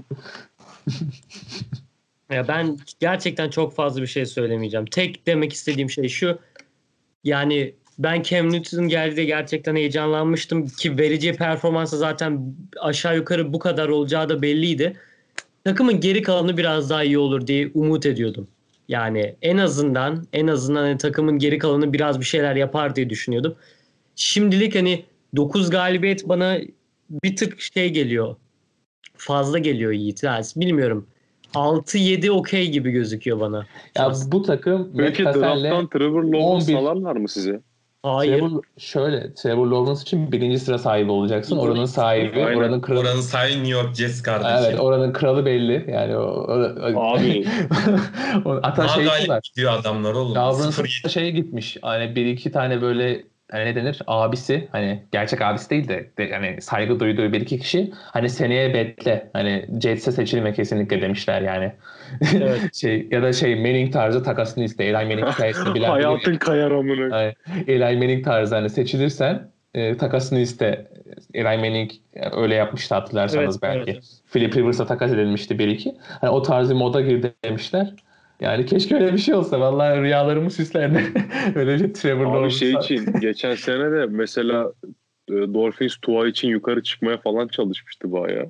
Ya ben gerçekten çok fazla bir şey söylemeyeceğim. Tek demek istediğim şey şu. Yani ben Cam Newton'un geldiğinde gerçekten heyecanlanmıştım ki vereceği performansı zaten aşağı yukarı bu kadar olacağı da belliydi. Takımın geri kalanı biraz daha iyi olur diye umut ediyordum. Yani en azından en azından hani takımın geri kalanı biraz bir şeyler yapar diye düşünüyordum. Şimdilik hani dokuz galibiyet bana bir tık şey geliyor. Fazla geliyor Yiğit. Yani bilmiyorum. altı yedi okey gibi gözüküyor bana. Ya bu takım Matt Peki Cassel'le draft'tan Trevor on Lawrence bir salarlar mı size? Hayır. Trevor, şöyle Trevor Lawrence için birinci sıra sahibi olacaksın. Oranın sahibi, Aynen. oranın kralı. Oranın sahibi New York Jets kardeşim. Evet, oranın kralı belli. Yani o, o, Abi. o, hatta Daha şey galip var. gidiyor adamlar oğlum. Lawrence'ın şeye gitmiş. Hani bir iki tane böyle hani ne denir? Abisi, hani gerçek abisi değil de, de yani saygı duyduğu bir iki kişi hani seneye bekle. Hani Jets'e seçilme kesinlikle demişler yani. Evet. şey ya da şey Manning tarzı takasını iste. Eli Manning hikayesini bilen Hayatın bilir. kayar amına. Yani, Eli Manning tarzı hani seçilirsen e, takasını iste. Eli Manning öyle yapmıştı hatırlarsanız Evet, belki. evet. Philip Rivers'a takas edilmişti bir iki. Hani o tarzı moda girdi demişler. Yani keşke öyle bir şey olsa. Vallahi rüyalarımı süslerdi. Öyle bir Trevor Abi Lawrence. şey için geçen sene de mesela e, Dolphins Tua için yukarı çıkmaya falan çalışmıştı bayağı.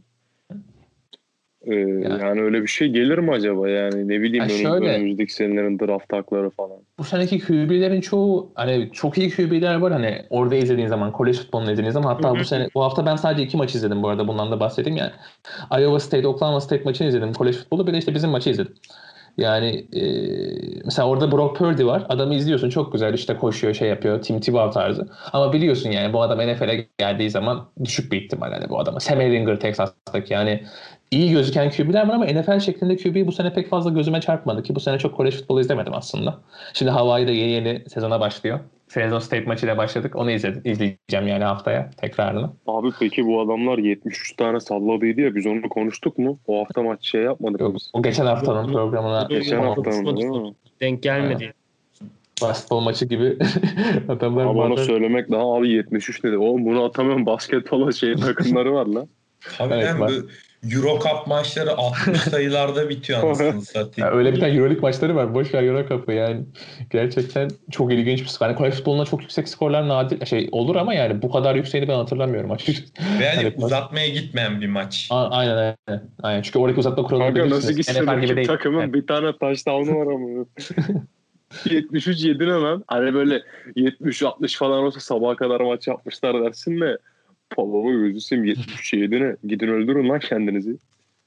Ee, yani. yani öyle bir şey gelir mi acaba yani ne bileyim yani önüm, şöyle, önümüzdeki senelerin draft hakları falan. Bu seneki Q B'lerin çoğu hani çok iyi Q B'ler var hani orada izlediğin zaman kolej futbolunu izlediğin zaman hatta bu sene bu hafta ben sadece iki maç izledim bu arada bundan da bahsedeyim yani. Iowa State Oklahoma State maçını izledim kolej futbolu bir de işte bizim maçı izledim. Yani e, mesela orada Brock Purdy var. Adamı izliyorsun çok güzel işte koşuyor şey yapıyor Tim Tebow tarzı. Ama biliyorsun yani bu adam N F L'e geldiği zaman düşük bir ihtimal yani bu adama. Sam Ehlinger Texas'taki yani iyi gözüken Q B'ler var ama N F L şeklinde Q B bu sene pek fazla gözüme çarpmadı ki bu sene çok kolej futbolu izlemedim aslında. Şimdi Hawaii'de yeni yeni sezona başlıyor. Fresno State maçıyla başladık. Onu izledim, izleyeceğim yani haftaya tekrarını. Abi peki bu adamlar yetmiş üç tane salladıydı ya biz onu konuştuk mu? O hafta maç şey yapmadık Yok, biz. o geçen haftanın programına. Geçen haftanın değil mi? Denk gelmedi. Basketbol maçı gibi adamlar abi onu bazen... söylemek daha abi yetmiş üç dedi. Oğlum bunu atamıyorum basketbola şey takımları var lan. Tabii evet, lan bu Euro Cup maçları altmış sayılarda bitiyor anasını satayım. Ya öyle bir tane Euroleague maçları var. Boş ver Euro Cup'ı yani. Gerçekten çok ilginç bir skor. Yani kolej futbolunda çok yüksek skorlar nadir şey olur ama yani bu kadar yükseğini ben hatırlamıyorum açıkçası. Ve yani hani uzatmaya gitmeyen bir maç. A- aynen aynen. Aynen. Çünkü oradaki uzatma kuralını bilirsiniz. Kanka nasıl gitsin rakip takımın yani. Bir tane touchdown'u var ama. yetmiş üç yedi ne lan? Hani böyle yetmiş altmış falan olsa sabaha kadar maç yapmışlar dersin de babamı gözüsüm yetmiş üç yedi ne? Gidin öldürün lan kendinizi.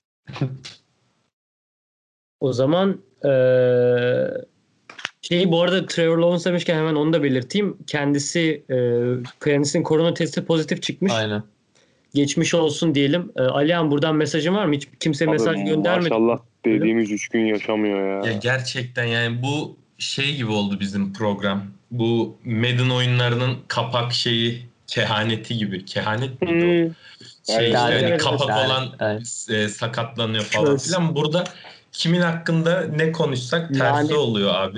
O zaman ee, şey bu arada Trevor Lawrence demişken hemen onu da belirteyim. Kendisi e, kendisinin korona testi pozitif çıkmış. Aynen. Geçmiş olsun diyelim. E, Alihan buradan mesajın var mı? Hiç kimse abi, mesaj göndermedi. Maşallah dediğimiz üç gün yaşamıyor ya. Ya gerçekten yani bu şey gibi oldu bizim program. Bu Madden oyunlarının kapak şeyi kehaneti gibi. Kehanet miydi hmm. o? Şey yani, işte hani evet, kapak yani, olan evet. e, sakatlanıyor falan filan. Burada kimin hakkında ne konuşsak tersi yani, oluyor abi.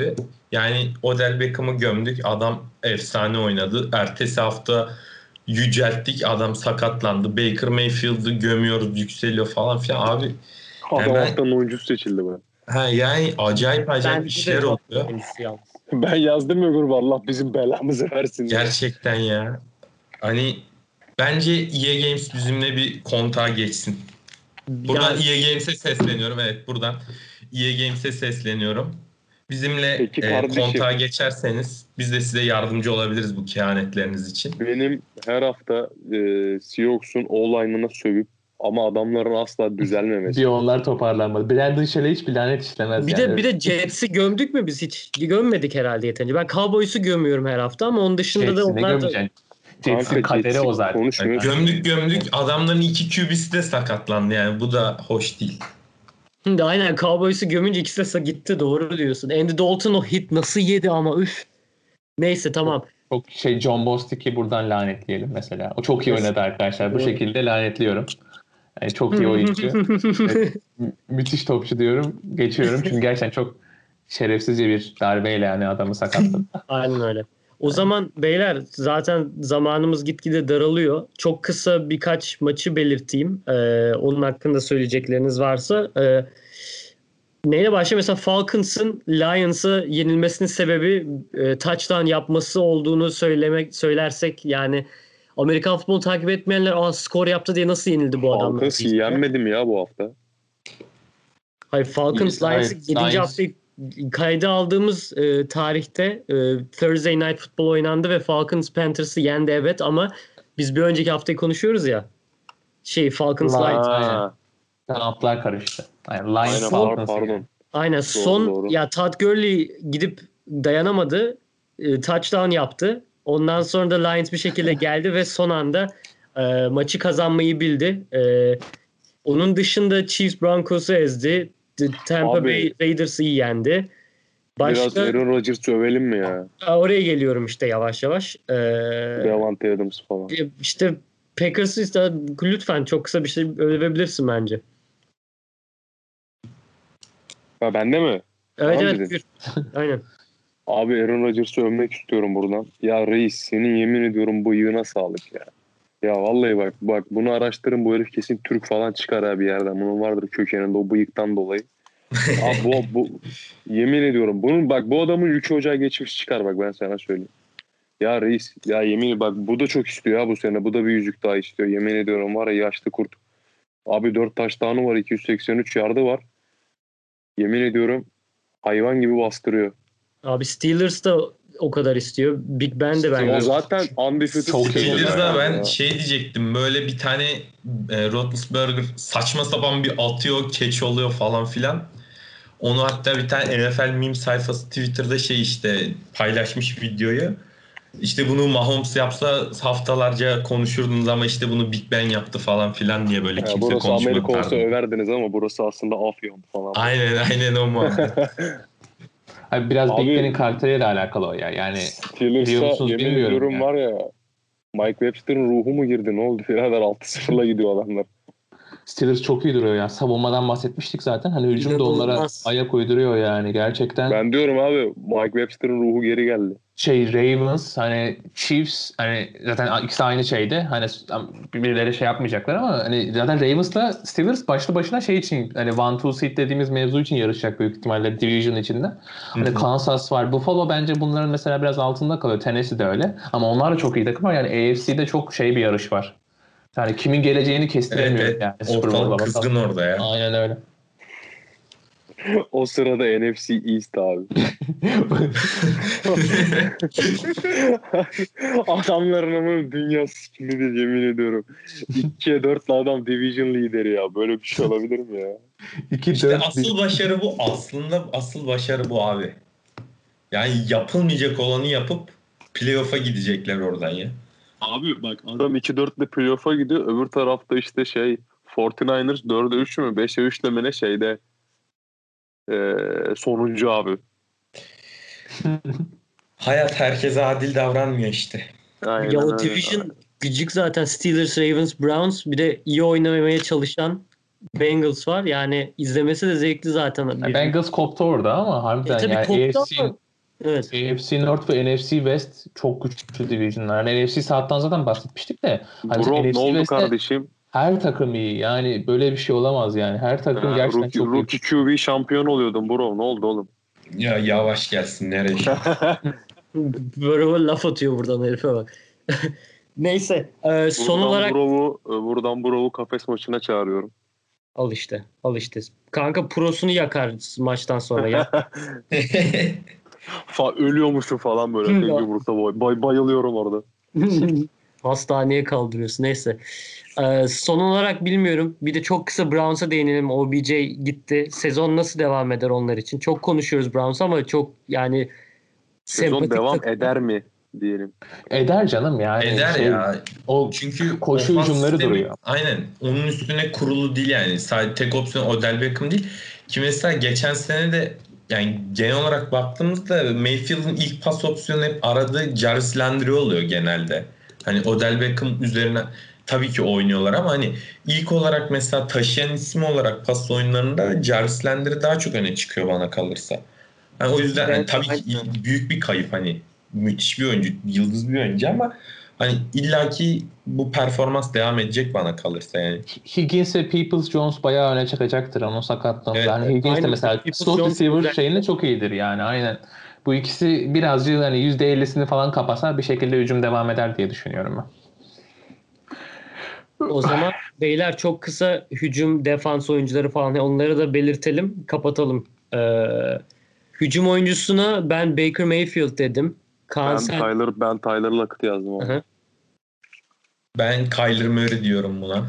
Yani Odell Beckham'ı gömdük. Adam efsane oynadı. Ertesi hafta yücelttik. Adam sakatlandı. Baker Mayfield'ı gömüyoruz, yükseliyor falan filan. Abi Adam yani ben, haftanın oyuncusu seçildi be. ha, yani acayip acayip Bence işler de oluyor. oyuncusu yalnız. Ben yazdım ya gruba, Allah bizim belamızı versin diye. Gerçekten ya. Hani bence E A Games bizimle bir kontağa geçsin. Buradan Yani- E A Games'e sesleniyorum. Evet, buradan E A Games'e sesleniyorum. Bizimle Peki e, kardeşim. kontağa geçerseniz biz de size yardımcı olabiliriz bu kehanetleriniz için. Benim her hafta e, Seahawks'un O-line'ına sövüp ama adamların asla düzelmemesi. Bir onlar toparlanmadı. Brandon Shelley hiçbir lanet işlemez Bir yani. de bir de Jets'i gömdük mü biz hiç? Gömmedik herhalde yeterince. Ben Cowboys'u gömüyorum her hafta ama onun dışında da Jets'i ne onlar da gömeceksin? Jets'in Kanka, kaderi Jets'i o zaten. konuşmuyoruz. Gömdük gömdük adamların iki Q B'si de sakatlandı yani bu da hoş değil. Şimdi aynen Cowboys'u gömünce ikisi de gitti, doğru diyorsun. Andy Dalton o hit nasıl yedi ama üf. Neyse tamam. Çok şey John Bostic'i buradan lanetleyelim mesela. O çok iyi oynadı arkadaşlar. Bu Doğru. şekilde lanetliyorum. Yani çok iyi oyuncu. Evet, mü- müthiş topçu diyorum. Geçiyorum çünkü gerçekten çok şerefsizce bir darbeyle yani adamı sakatladı. Aynen öyle. O zaman beyler zaten zamanımız gitgide daralıyor. Çok kısa birkaç maçı belirteyim. Ee, onun hakkında söyleyecekleriniz varsa. Ee, neyle başlayayım? Mesela Falcons'ın Lions'a yenilmesinin sebebi e, touchdown yapması olduğunu söylemek söylersek yani Amerikan futbolu takip etmeyenler aa skor yaptı diye nasıl yenildi bu adamlar? Falcons yenmedi mi ya bu hafta? Hayır, Falcons Evet, Lions'ı yedinci Lions. haftayı kayda aldığımız e, tarihte e, Thursday Night Football oynandı ve Falcons Panthers'ı yendi evet ama biz bir önceki haftayı konuşuyoruz ya. Şey Falcons Lions. Lions. Aynen. Kanatlar karıştı. Yani Lions Aynen, Falcons. pardon. Aynen son doğru. ya Todd Gurley gidip dayanamadı. E, touchdown yaptı. Ondan sonra da Lions bir şekilde geldi ve son anda e, maçı kazanmayı bildi. E, onun dışında Chiefs Broncos'u ezdi. Tampa Abi, Bay Raiders'ı yendi. Başka Biraz Aaron Rodgers'ı övelim mi ya? Aa, oraya geliyorum işte yavaş yavaş. Ee, Davante Adams falan. işte Packers'ı işte lütfen çok kısa bir şey övebilirsin bence. Ha, bende mi? Evet Tamam evet dedim. buyur. Aynen. Abi Aaron Rodgers'ı övmek istiyorum buradan. Ya reis, senin yemin ediyorum bıyığına sağlık ya. Ya vallahi bak bak bunu araştırın, bu herif kesin Türk falan çıkar abi bir yerden. Bunun vardır kökeninde o bıyıktan dolayı. Abi bu, bu yemin ediyorum bunun bak bu adamın ülke ocağı geçmiş çıkar bak ben sana söyleyeyim. Ya reis ya yemin bak bu da çok istiyor ya bu sene. Bu da bir yüzük daha istiyor. Yemin ediyorum var ya yaşlı kurt. Abi dört touchdown'u var, iki yüz seksen üç yardı var. Yemin ediyorum hayvan gibi bastırıyor. Abi Steelers da o kadar istiyor. Big Ben de ben. O zaten undefeated. Çok iyi. Steelers'a ben ya. şey diyecektim böyle bir tane e, Roethlisberger saçma sapan bir atıyor, catch oluyor falan filan. Onu hatta bir tane N F L meme sayfası Twitter'da şey işte paylaşmış videoyu. İşte bunu Mahomes yapsa haftalarca konuşurdunuz ama işte bunu Big Ben yaptı falan filan diye böyle Ya kimse burası konuşmadı. Amerika olsa tarzında. överdiniz ama burası aslında Afyon falan. Aynen aynen o muhabbet. Abi biraz Abi- Big Ben'in karakteriyle alakalı o ya. Yani biliyor Steelers'a musunuz yemin bilmiyorum ediyorum yani. var ya Mike Webster'ın ruhu mu girdi ne oldu birader, altı sıfırla gidiyor adamlar. Steelers çok iyi duruyor ya. Savunmadan bahsetmiştik zaten. Hani hücum da onlara İnanılmaz. ayak uyduruyor yani gerçekten. Ben diyorum abi Mike Webster'ın ruhu geri geldi. Şey Ravens hani Chiefs hani zaten ikisi aynı şeydi. Hani birileri şey yapmayacaklar ama hani zaten Ravens'la Steelers başlı başına şey için hani one two seed dediğimiz mevzu için yarışacak büyük ihtimalle division içinde. Hani Kansas var. Buffalo bence bunların mesela biraz altında kalıyor. Tennessee de öyle. Ama onlar da çok iyi takım var. Yani A F C'de çok şey bir yarış var. Yani kimin geleceğini Evet, kestiremiyorum evet. yani. Super Bowl'a Ortalık bakalım. kızgın orada ya. Aynen öyle. O sırada N F C East abi. Adamların ama dünya sikimi değil yemin ediyorum. ikiye dörtle adam division lideri ya. Böyle bir şey olabilir mi ya? iki İşte dört asıl başarı bu. Aslında asıl başarı bu abi. Yani yapılmayacak olanı yapıp playoff'a gidecekler oradan ya. Abi bak adam iki dörtle playoff'a gidiyor. Öbür tarafta işte şey kırk dokuzers dörde üç mü beşe üç mi ne şeyde ee, sonuncu abi. Hayat herkese adil davranmıyor işte. Aynen Ya o öyle. division gıcık zaten. Steelers, Ravens, Browns, bir de iyi oynamaya çalışan Bengals var. Yani izlemesi de zevkli zaten. Yani Bengals koptu orada ama harbiden E tabii yani koptu A F C ama Evet. A F C North ve N F C West çok güçlü divisionlar. Yani N F C South'tan zaten bahsetmiştik de. Hani Bro N F C ne oldu West'te kardeşim? her takım iyi. Yani böyle bir şey olamaz yani. Her takım Ha, gerçekten rookie, çok iyi. rookie Q B şampiyon oluyordun bro. Ne oldu oğlum? Ya yavaş gelsin nereye şu an? Böyle laf atıyor buradan herife bak. Neyse. E, son buradan olarak Bro'u buradan Bro'u kafes maçına çağırıyorum. al işte. Al işte. Kanka prosunu yakar maçtan sonra ya. Fa ölüyormuşum falan böyle. Tek yumrukta boy. Bay bayılıyorum orada. Hastaneye kaldırıyorsun. Neyse. Ee, son olarak bilmiyorum. Bir de çok kısa Browns'a değinelim. O B J gitti. Sezon nasıl devam eder onlar için? Çok konuşuyoruz Browns ama çok yani Sezon sempatik devam takım. eder mi diyelim. Eder canım yani. Eder şey, ya. O Çünkü koşu ofans hücumları sistemi- duruyor. Aynen. Onun üstüne kurulu değil yani. Sadece tek opsiyon Odell Beckham değil. Ki mesela geçen sene de yani genel olarak baktığımızda Mayfield'ın ilk pas opsiyonu hep aradığı Jarvis Landry oluyor genelde. Hani Odell Beckham üzerine tabii ki oynuyorlar ama hani ilk olarak mesela taşıyan isim olarak pas oyunlarında Jarvis Landry daha çok öne çıkıyor bana kalırsa. Yani o yüzden Ben- hani tabii ki il- büyük bir kayıp, hani müthiş bir oyuncu, yıldız bir oyuncu ama hani illaki bu performans devam edecek bana kalırsa yani. Higgins ve Peoples-Jones bayağı öne çıkacaktır onun sakatlığında. Evet, yani evet. Higgins de Aynen. mesela Peoples-Jones slot receiver özellikle. şeyinde çok iyidir yani aynen. Bu ikisi birazcık hani yüzde ellisini falan kapasa bir şekilde hücum devam eder diye düşünüyorum ben. O zaman beyler çok kısa hücum, defans oyuncuları falan onları da belirtelim. Kapatalım. Ee, hücum oyuncusuna ben Baker Mayfield dedim. Kaan Ben sen... Tyler ben Tyler Lockett yazdım Hı ama. hı. Ben Kyler Murray diyorum buna.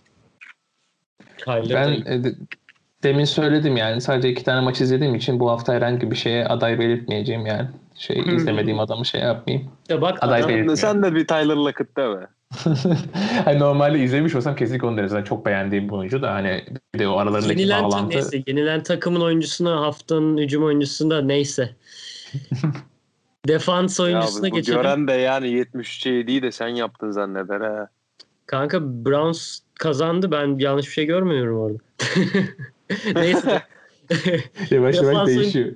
Kyler Ben da- e, de- demin söyledim yani sadece iki tane maç izlediğim için bu hafta herhangi bir şeye aday belirtmeyeceğim yani. Şey Hı. izlemediğim adamı şey yapmayayım. İşte bak Aday adam belirtmiyorum. Sen de bir Tyler Lockett de be. Hani normalde izlemiş olsam kesinlikle onu deriz. Yani çok beğendiğim bir oyuncu da hani bir de o aralarındaki yenilen, ta- bağlantı. neyse, yenilen takımın oyuncusuna haftanın hücum oyuncusunda neyse. Defans Ya oyuncusuna bu geçelim. gören de yani yetmiş üçe yediyi de sen yaptın zanneder ha. Kanka Browns kazandı. Ben yanlış bir şey görmüyorum orada. Neyse. Yavaş yavaş Defans değişiyor.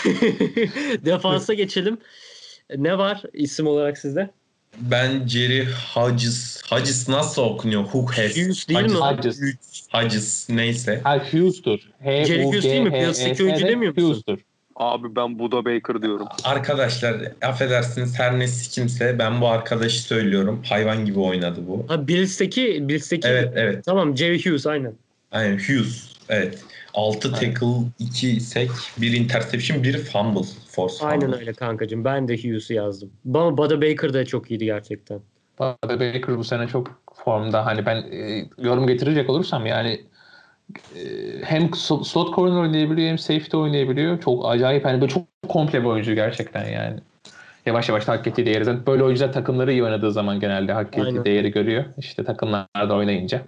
Defansa geçelim. Ne var isim olarak sizde? Ben Jerry Hodges. Hodges nasıl okunuyor? Hughes. Hughes değil mi o? Hodges. Hodges neyse. Ha Hughes'tur. Jerry Hughes değil mi? Bills'teki oyuncu H-U-G-H-E-S-'de demiyor musun? Hughes'tur. Abi ben Buda Baker diyorum. Arkadaşlar affedersiniz her ne kimse ben bu arkadaşı söylüyorum. Hayvan gibi oynadı bu. Ha Bills'teki Bills'teki Evet evet. Tamam, Jerry Hughes aynen. Aynen Hughes. Evet. altı Aynen. tackle, iki sack, bir interception, bir fumble. Force Aynen fumble. öyle kankacığım. Ben de Hughes'u yazdım. Ama Buda Baker da çok iyiydi gerçekten. Buda Baker bu sene çok formda. Hani ben e, yorum getirecek olursam yani e, hem so- slot corner oynayabiliyor hem safety oynayabiliyor. Çok acayip. Hani böyle çok komple bir oyuncu gerçekten yani. Yavaş yavaş hak ettiği değeri. Zaten böyle oyuncular takımları iyi oynadığı zaman genelde hak ettiği Aynen. değeri görüyor. İşte takımlarda oynayınca.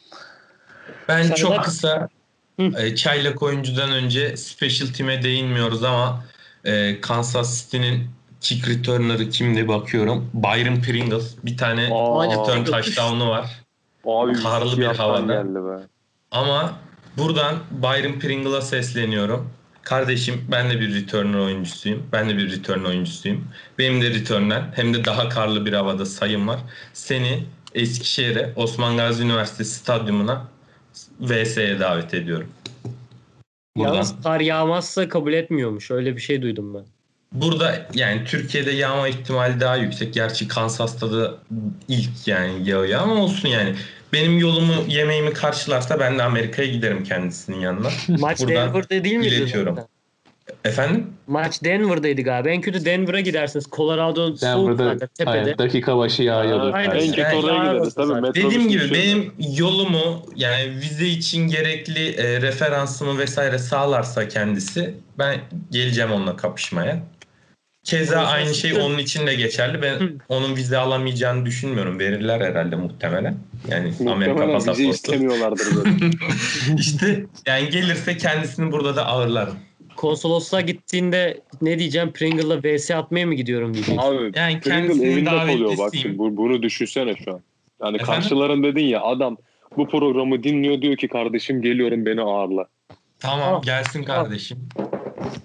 Ben Sen çok de- kısa Hı. e, çaylak oyuncudan önce special team'e değinmiyoruz ama e, Kansas City'nin kick returner'ı kimdi bakıyorum. Byron Pringles. Bir tane Aa. return touchdown'u var. Abi Karlı bir siyahtan havada. geldi be. Ama buradan Byron Pringle'a sesleniyorum. Kardeşim ben de bir returner oyuncusuyum. Ben de bir return oyuncusuyum. Benim de return'den hem de daha karlı bir havada sayım var. Seni Eskişehir'e Osman Gazi Üniversitesi stadyumuna V S'ye davet ediyorum. Buradan. Yalnız kar yağmazsa kabul etmiyormuş. Öyle bir şey duydum ben. Burada yani Türkiye'de yağma ihtimali daha yüksek. Gerçi Kansas'ta da ilk yani yağıyor ama olsun yani. Benim yolumu, yemeğimi karşılarsa ben de Amerika'ya giderim kendisinin yanına. Maç Buradan Denver'da değil miydi? iletiyorum. zaten? Efendim? Maç Denver'daydı galiba. En kötü Denver'a gidersiniz. Colorado soğuk Denver'da zaten tepede. aynen, dakika başı yağıyordu. Aynen. En kötü Yani oraya yağar gideriz orası tabii. zaten. Metrobüs Dediğim gibi düşüyor. benim yolumu yani vize için gerekli e, referansımı vesaire sağlarsa kendisi ben geleceğim onunla kapışmaya. Keza O yüzden aynı şey sizin- onun için de geçerli. Ben Hı. onun vize alamayacağını düşünmüyorum. Verirler herhalde muhtemelen. Yani Amerika Muhtemelen bizi pasaportu. istemiyorlardır zaten. İşte yani gelirse kendisini burada da ağırlarım. Konsolosluğa gittiğinde ne diyeceğim? Pringle'la V S atmaya mı gidiyorum diyeceksin. Abi Yani Pringle kendisinin evinde kalıyor bak davetlisiyim. şimdi. Bu- Bunu düşünsene şu an. Yani Efendim? karşıların dedin ya adam bu programı dinliyor diyor ki kardeşim geliyorum beni ağırla. Tamam Tamam. gelsin Tamam. kardeşim.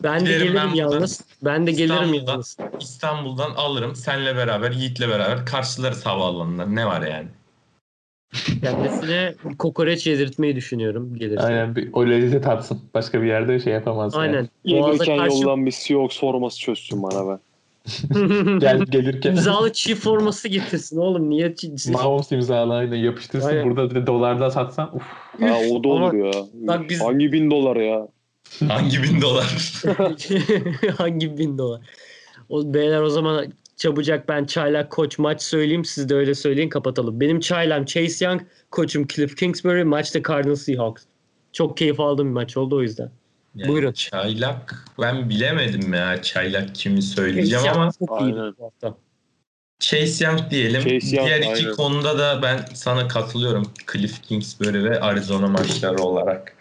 Ben de Giderim gelirim ben buradan. yalnız. Ben de gelirim İstanbul'dan, yalnız. İstanbul'dan alırım. Seninle beraber, Yiğit'le beraber karşılarız havaalanından. Ne var yani? Kendisine kokoreç yedirtmeyi düşünüyorum gelirse. Aynen bir, o lezzeti tatsın. Başka bir yerde şey yapamaz. Aynen. Yani. Boğaza Gelirken karşı yoldan bir Seahawks forması çözsün bana be. Gel gelirken imzalı çift forması getirsin oğlum. Niye çi- Mahomes imzalı aynen yapıştırsın. Aynen. Burada bir de dolarda satsan. Uf. Ha o da olur Ama ya. bak biz- Hangi bin dolar ya? Hangi bin dolar? Hangi bin dolar? O, beyler o zaman çabucak ben çaylak koç maç söyleyeyim. Siz de öyle söyleyin kapatalım. Benim çaylağım Chase Young, koçum Cliff Kingsbury, maçta Cardinals Seahawks. Çok keyif aldığım bir maç oldu o yüzden. Yani Buyurun. Çaylak ben bilemedim ya çaylak kimi söyleyeceğim Chase ama Young çok iyiydi Aynen. bu hafta. Chase Young diyelim. Chase Young, Diğer iki aynen. konuda da ben sana katılıyorum. Cliff Kingsbury ve Arizona maçları olarak.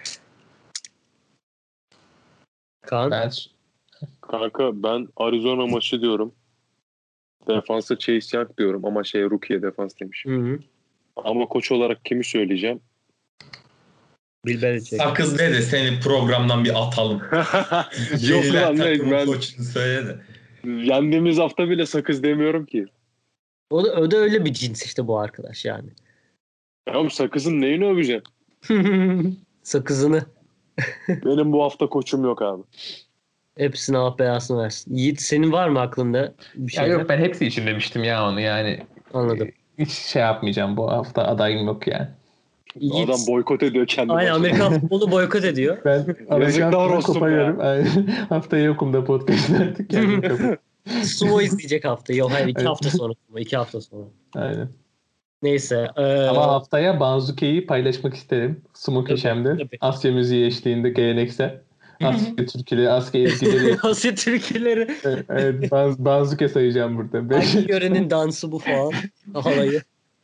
Kaan. Ben Kanka ben Arizona maçı diyorum. Defansa Chase Young diyorum ama şey rookie'ye defans demişim. Hı hı. Ama koç olarak kimi söyleyeceğim? Bill Belichick. Sakız ne de seni programdan bir atalım. Yok Yenilen lan ne takımın ben koçunu söyle de. yendiğimiz hafta bile sakız demiyorum ki. O da, o da öyle bir cins işte bu arkadaş yani. Ya oğlum sakızın neyini öveceksin? Sakızını. Benim bu hafta koçum yok abi. Hepsine Allah belasını versin. Yiğit senin var mı aklında bir ya şey? yok ben hepsi için demiştim ya onu yani. Anladım. Hiç şey yapmayacağım bu hafta adayım yok yani. Yiğit, Adam boykot ediyor kendi aynen maçını. Amerikan futbolu boykot ediyor. Ben Yazıklar Amerikan olsun koparıyorum. Aynen. Haftaya yokum da podcast artık kendim kapı. Sumo izleyecek hafta. Yok hayır iki Evet. hafta sonra. Sumo, iki hafta sonra. Aynen. Neyse. E, Ama haftaya Banzuke'yi paylaşmak isterim. Sumo Tabii, köşemde. tabii. Asya müziği eşliğinde geleneksel. Asya türküleri, Asya ezgileri. Asya türküleri. Evet, evet, Baz- Banzuke sayacağım burada. Beş- Hangi yörenin dansı bu falan. Halayı.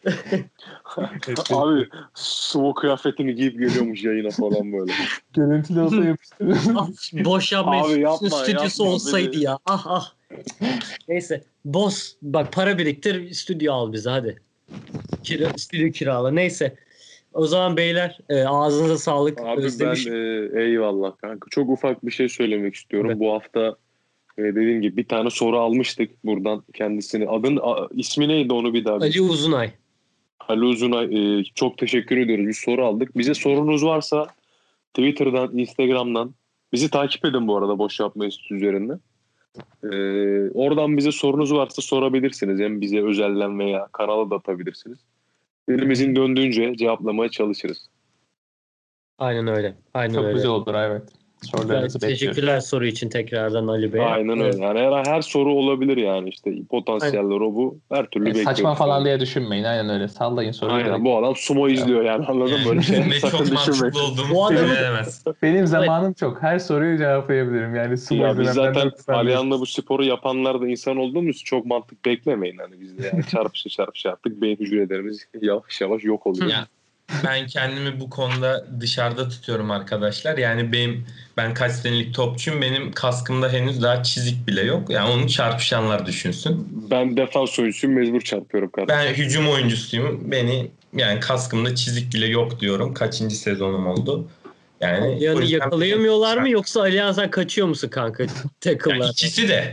Abi sumo kıyafetini giyip geliyormuş yayına falan böyle. Görüntülü olsa yapıştırırım. Ah, boş yapma. Abi yapma, Stüdyosu yapma, olsaydı beni- ya. Ah ah. Neyse. Boss. Bak para biriktir. Stüdyo al bize hadi. Kira, stüdyo kirala. Neyse. O zaman beyler e, ağzınıza sağlık. Abi Özlemişim. ben e, eyvallah kanka. Çok ufak bir şey söylemek istiyorum. Evet. Bu hafta e, dediğim gibi bir tane soru almıştık buradan kendisini. Adın a, ismi neydi onu bir daha. Ali Uzunay. Ali Uzunay e, çok teşekkür ediyoruz. Bir soru aldık. Bize sorunuz varsa Twitter'dan, Instagram'dan bizi takip edin bu arada Boş Yapma Enstitüsü üzerinde. E, oradan bize sorunuz varsa sorabilirsiniz. Hem bize özelden veya kanala da atabilirsiniz. Elimizin döndüğünce cevaplamaya çalışırız. Aynen öyle. Aynen Çok öyle. güzel olur evet. Sorularınızı Evet, bekliyoruz. teşekkürler soru için tekrardan Ali Bey. Aynen öyle. Yani her, her soru olabilir yani işte potansiyeller o bu. Her türlü Yani bekliyoruz. saçma falan diye düşünmeyin. Aynen öyle. Sallayın soruyu. Aynen bu adam sumo izliyor yani anladın mı? Böyle şey ne sakın çok düşünmeyin. mantıklı olduğumu Bu adamın- söyleyemez. Benim zamanım çok. Her soruyu cevaplayabilirim. Yani sumo Ya biz izlemem, zaten ben de- Alihan'la bu sporu yapanlar da insan olduğumuz için çok mantık beklemeyin. Hani biz de yani çarpışa çarpışa yaptık. Beyin hücrelerimiz yavaş yavaş yok oluyor. Ya, ben kendimi bu konuda dışarıda tutuyorum arkadaşlar. Yani benim ben kaç senelik topçuyum. Benim kaskımda henüz daha çizik bile yok. Yani onu çarpışanlar düşünsün. Ben defans oyuncusuyum mecbur çarpıyorum kardeşim. Ben hücum oyuncusuyum. Beni yani kaskımda çizik bile yok diyorum. Kaçıncı sezonum oldu. Yani Yani o yüzden- yakalayamıyorlar mı yoksa Alihan sen kaçıyor musun kanka? Yani Tackle'lar. ikisi de.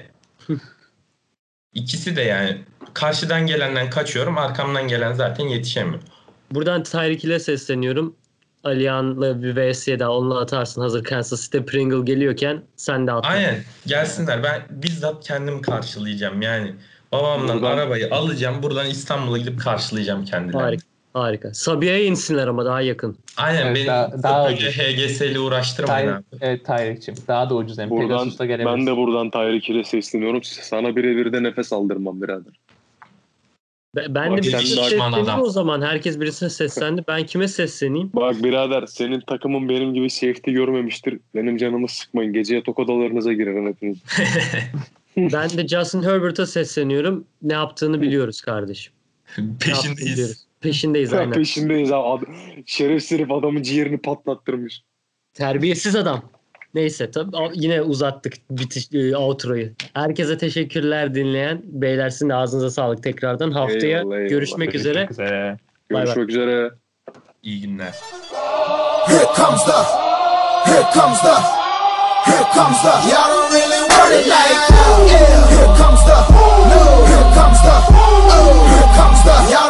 İkisi de yani. Karşıdan gelenden kaçıyorum. Arkamdan gelen zaten yetişemiyor. Buradan Tyreek ile sesleniyorum. Alihan'la bir V S'ye daha onunla atarsın. Hazır Kansas City Pringle geliyorken sen de at. Aynen. Gelsinler. Ben bizzat kendim karşılayacağım. Yani babamdan Buradan- arabayı alacağım. Buradan İstanbul'a gidip karşılayacağım kendilerini. Harika. Harika. Sabiha'ya insinler ama daha yakın. Aynen. Evet, Beni daha- daha koskoca ucuz. H G S ile uğraştırmayın Tyre- abi. Evet Tyreek'cim. Daha da ucuz hem. Buradan, Pegasus'ta gelebiliriz. ben de buradan Tyreek ile sesleniyorum. Sana birebir de nefes aldırmam birader. Be- Ben Bak de sen birisine de düşman sesleneyim adam. o zaman. Herkes birisine seslendi. Ben kime sesleneyim? Bak birader senin takımın benim gibi safety görmemiştir. Benim canımı sıkmayın. Gece yatak odalarınıza girerim hepiniz. Ben de Justin Herbert'a sesleniyorum. Ne yaptığını biliyoruz kardeşim. Ne yaptığını Peşindeyiz. biliyoruz. Peşindeyiz aynen. Peşindeyiz abi. Ad- Şerefsiz herif adamın ciğerini patlattırmış. Terbiyesiz adam. Neyse tabii yine uzattık bitiş e, outro'yu. Herkese teşekkürler dinleyen. Beyler sizin de ağzınıza sağlık tekrardan. Haftaya Eyvallah, eyvallah. görüşmek üzere. Görüşmek üzere. Bay bay. Görüşmek üzere. İyi günler. Here comes the, here comes the, Here comes the, y'all don't really want it like that. Yeah. Here comes the, no. Here comes the, oh. Here comes the, y'all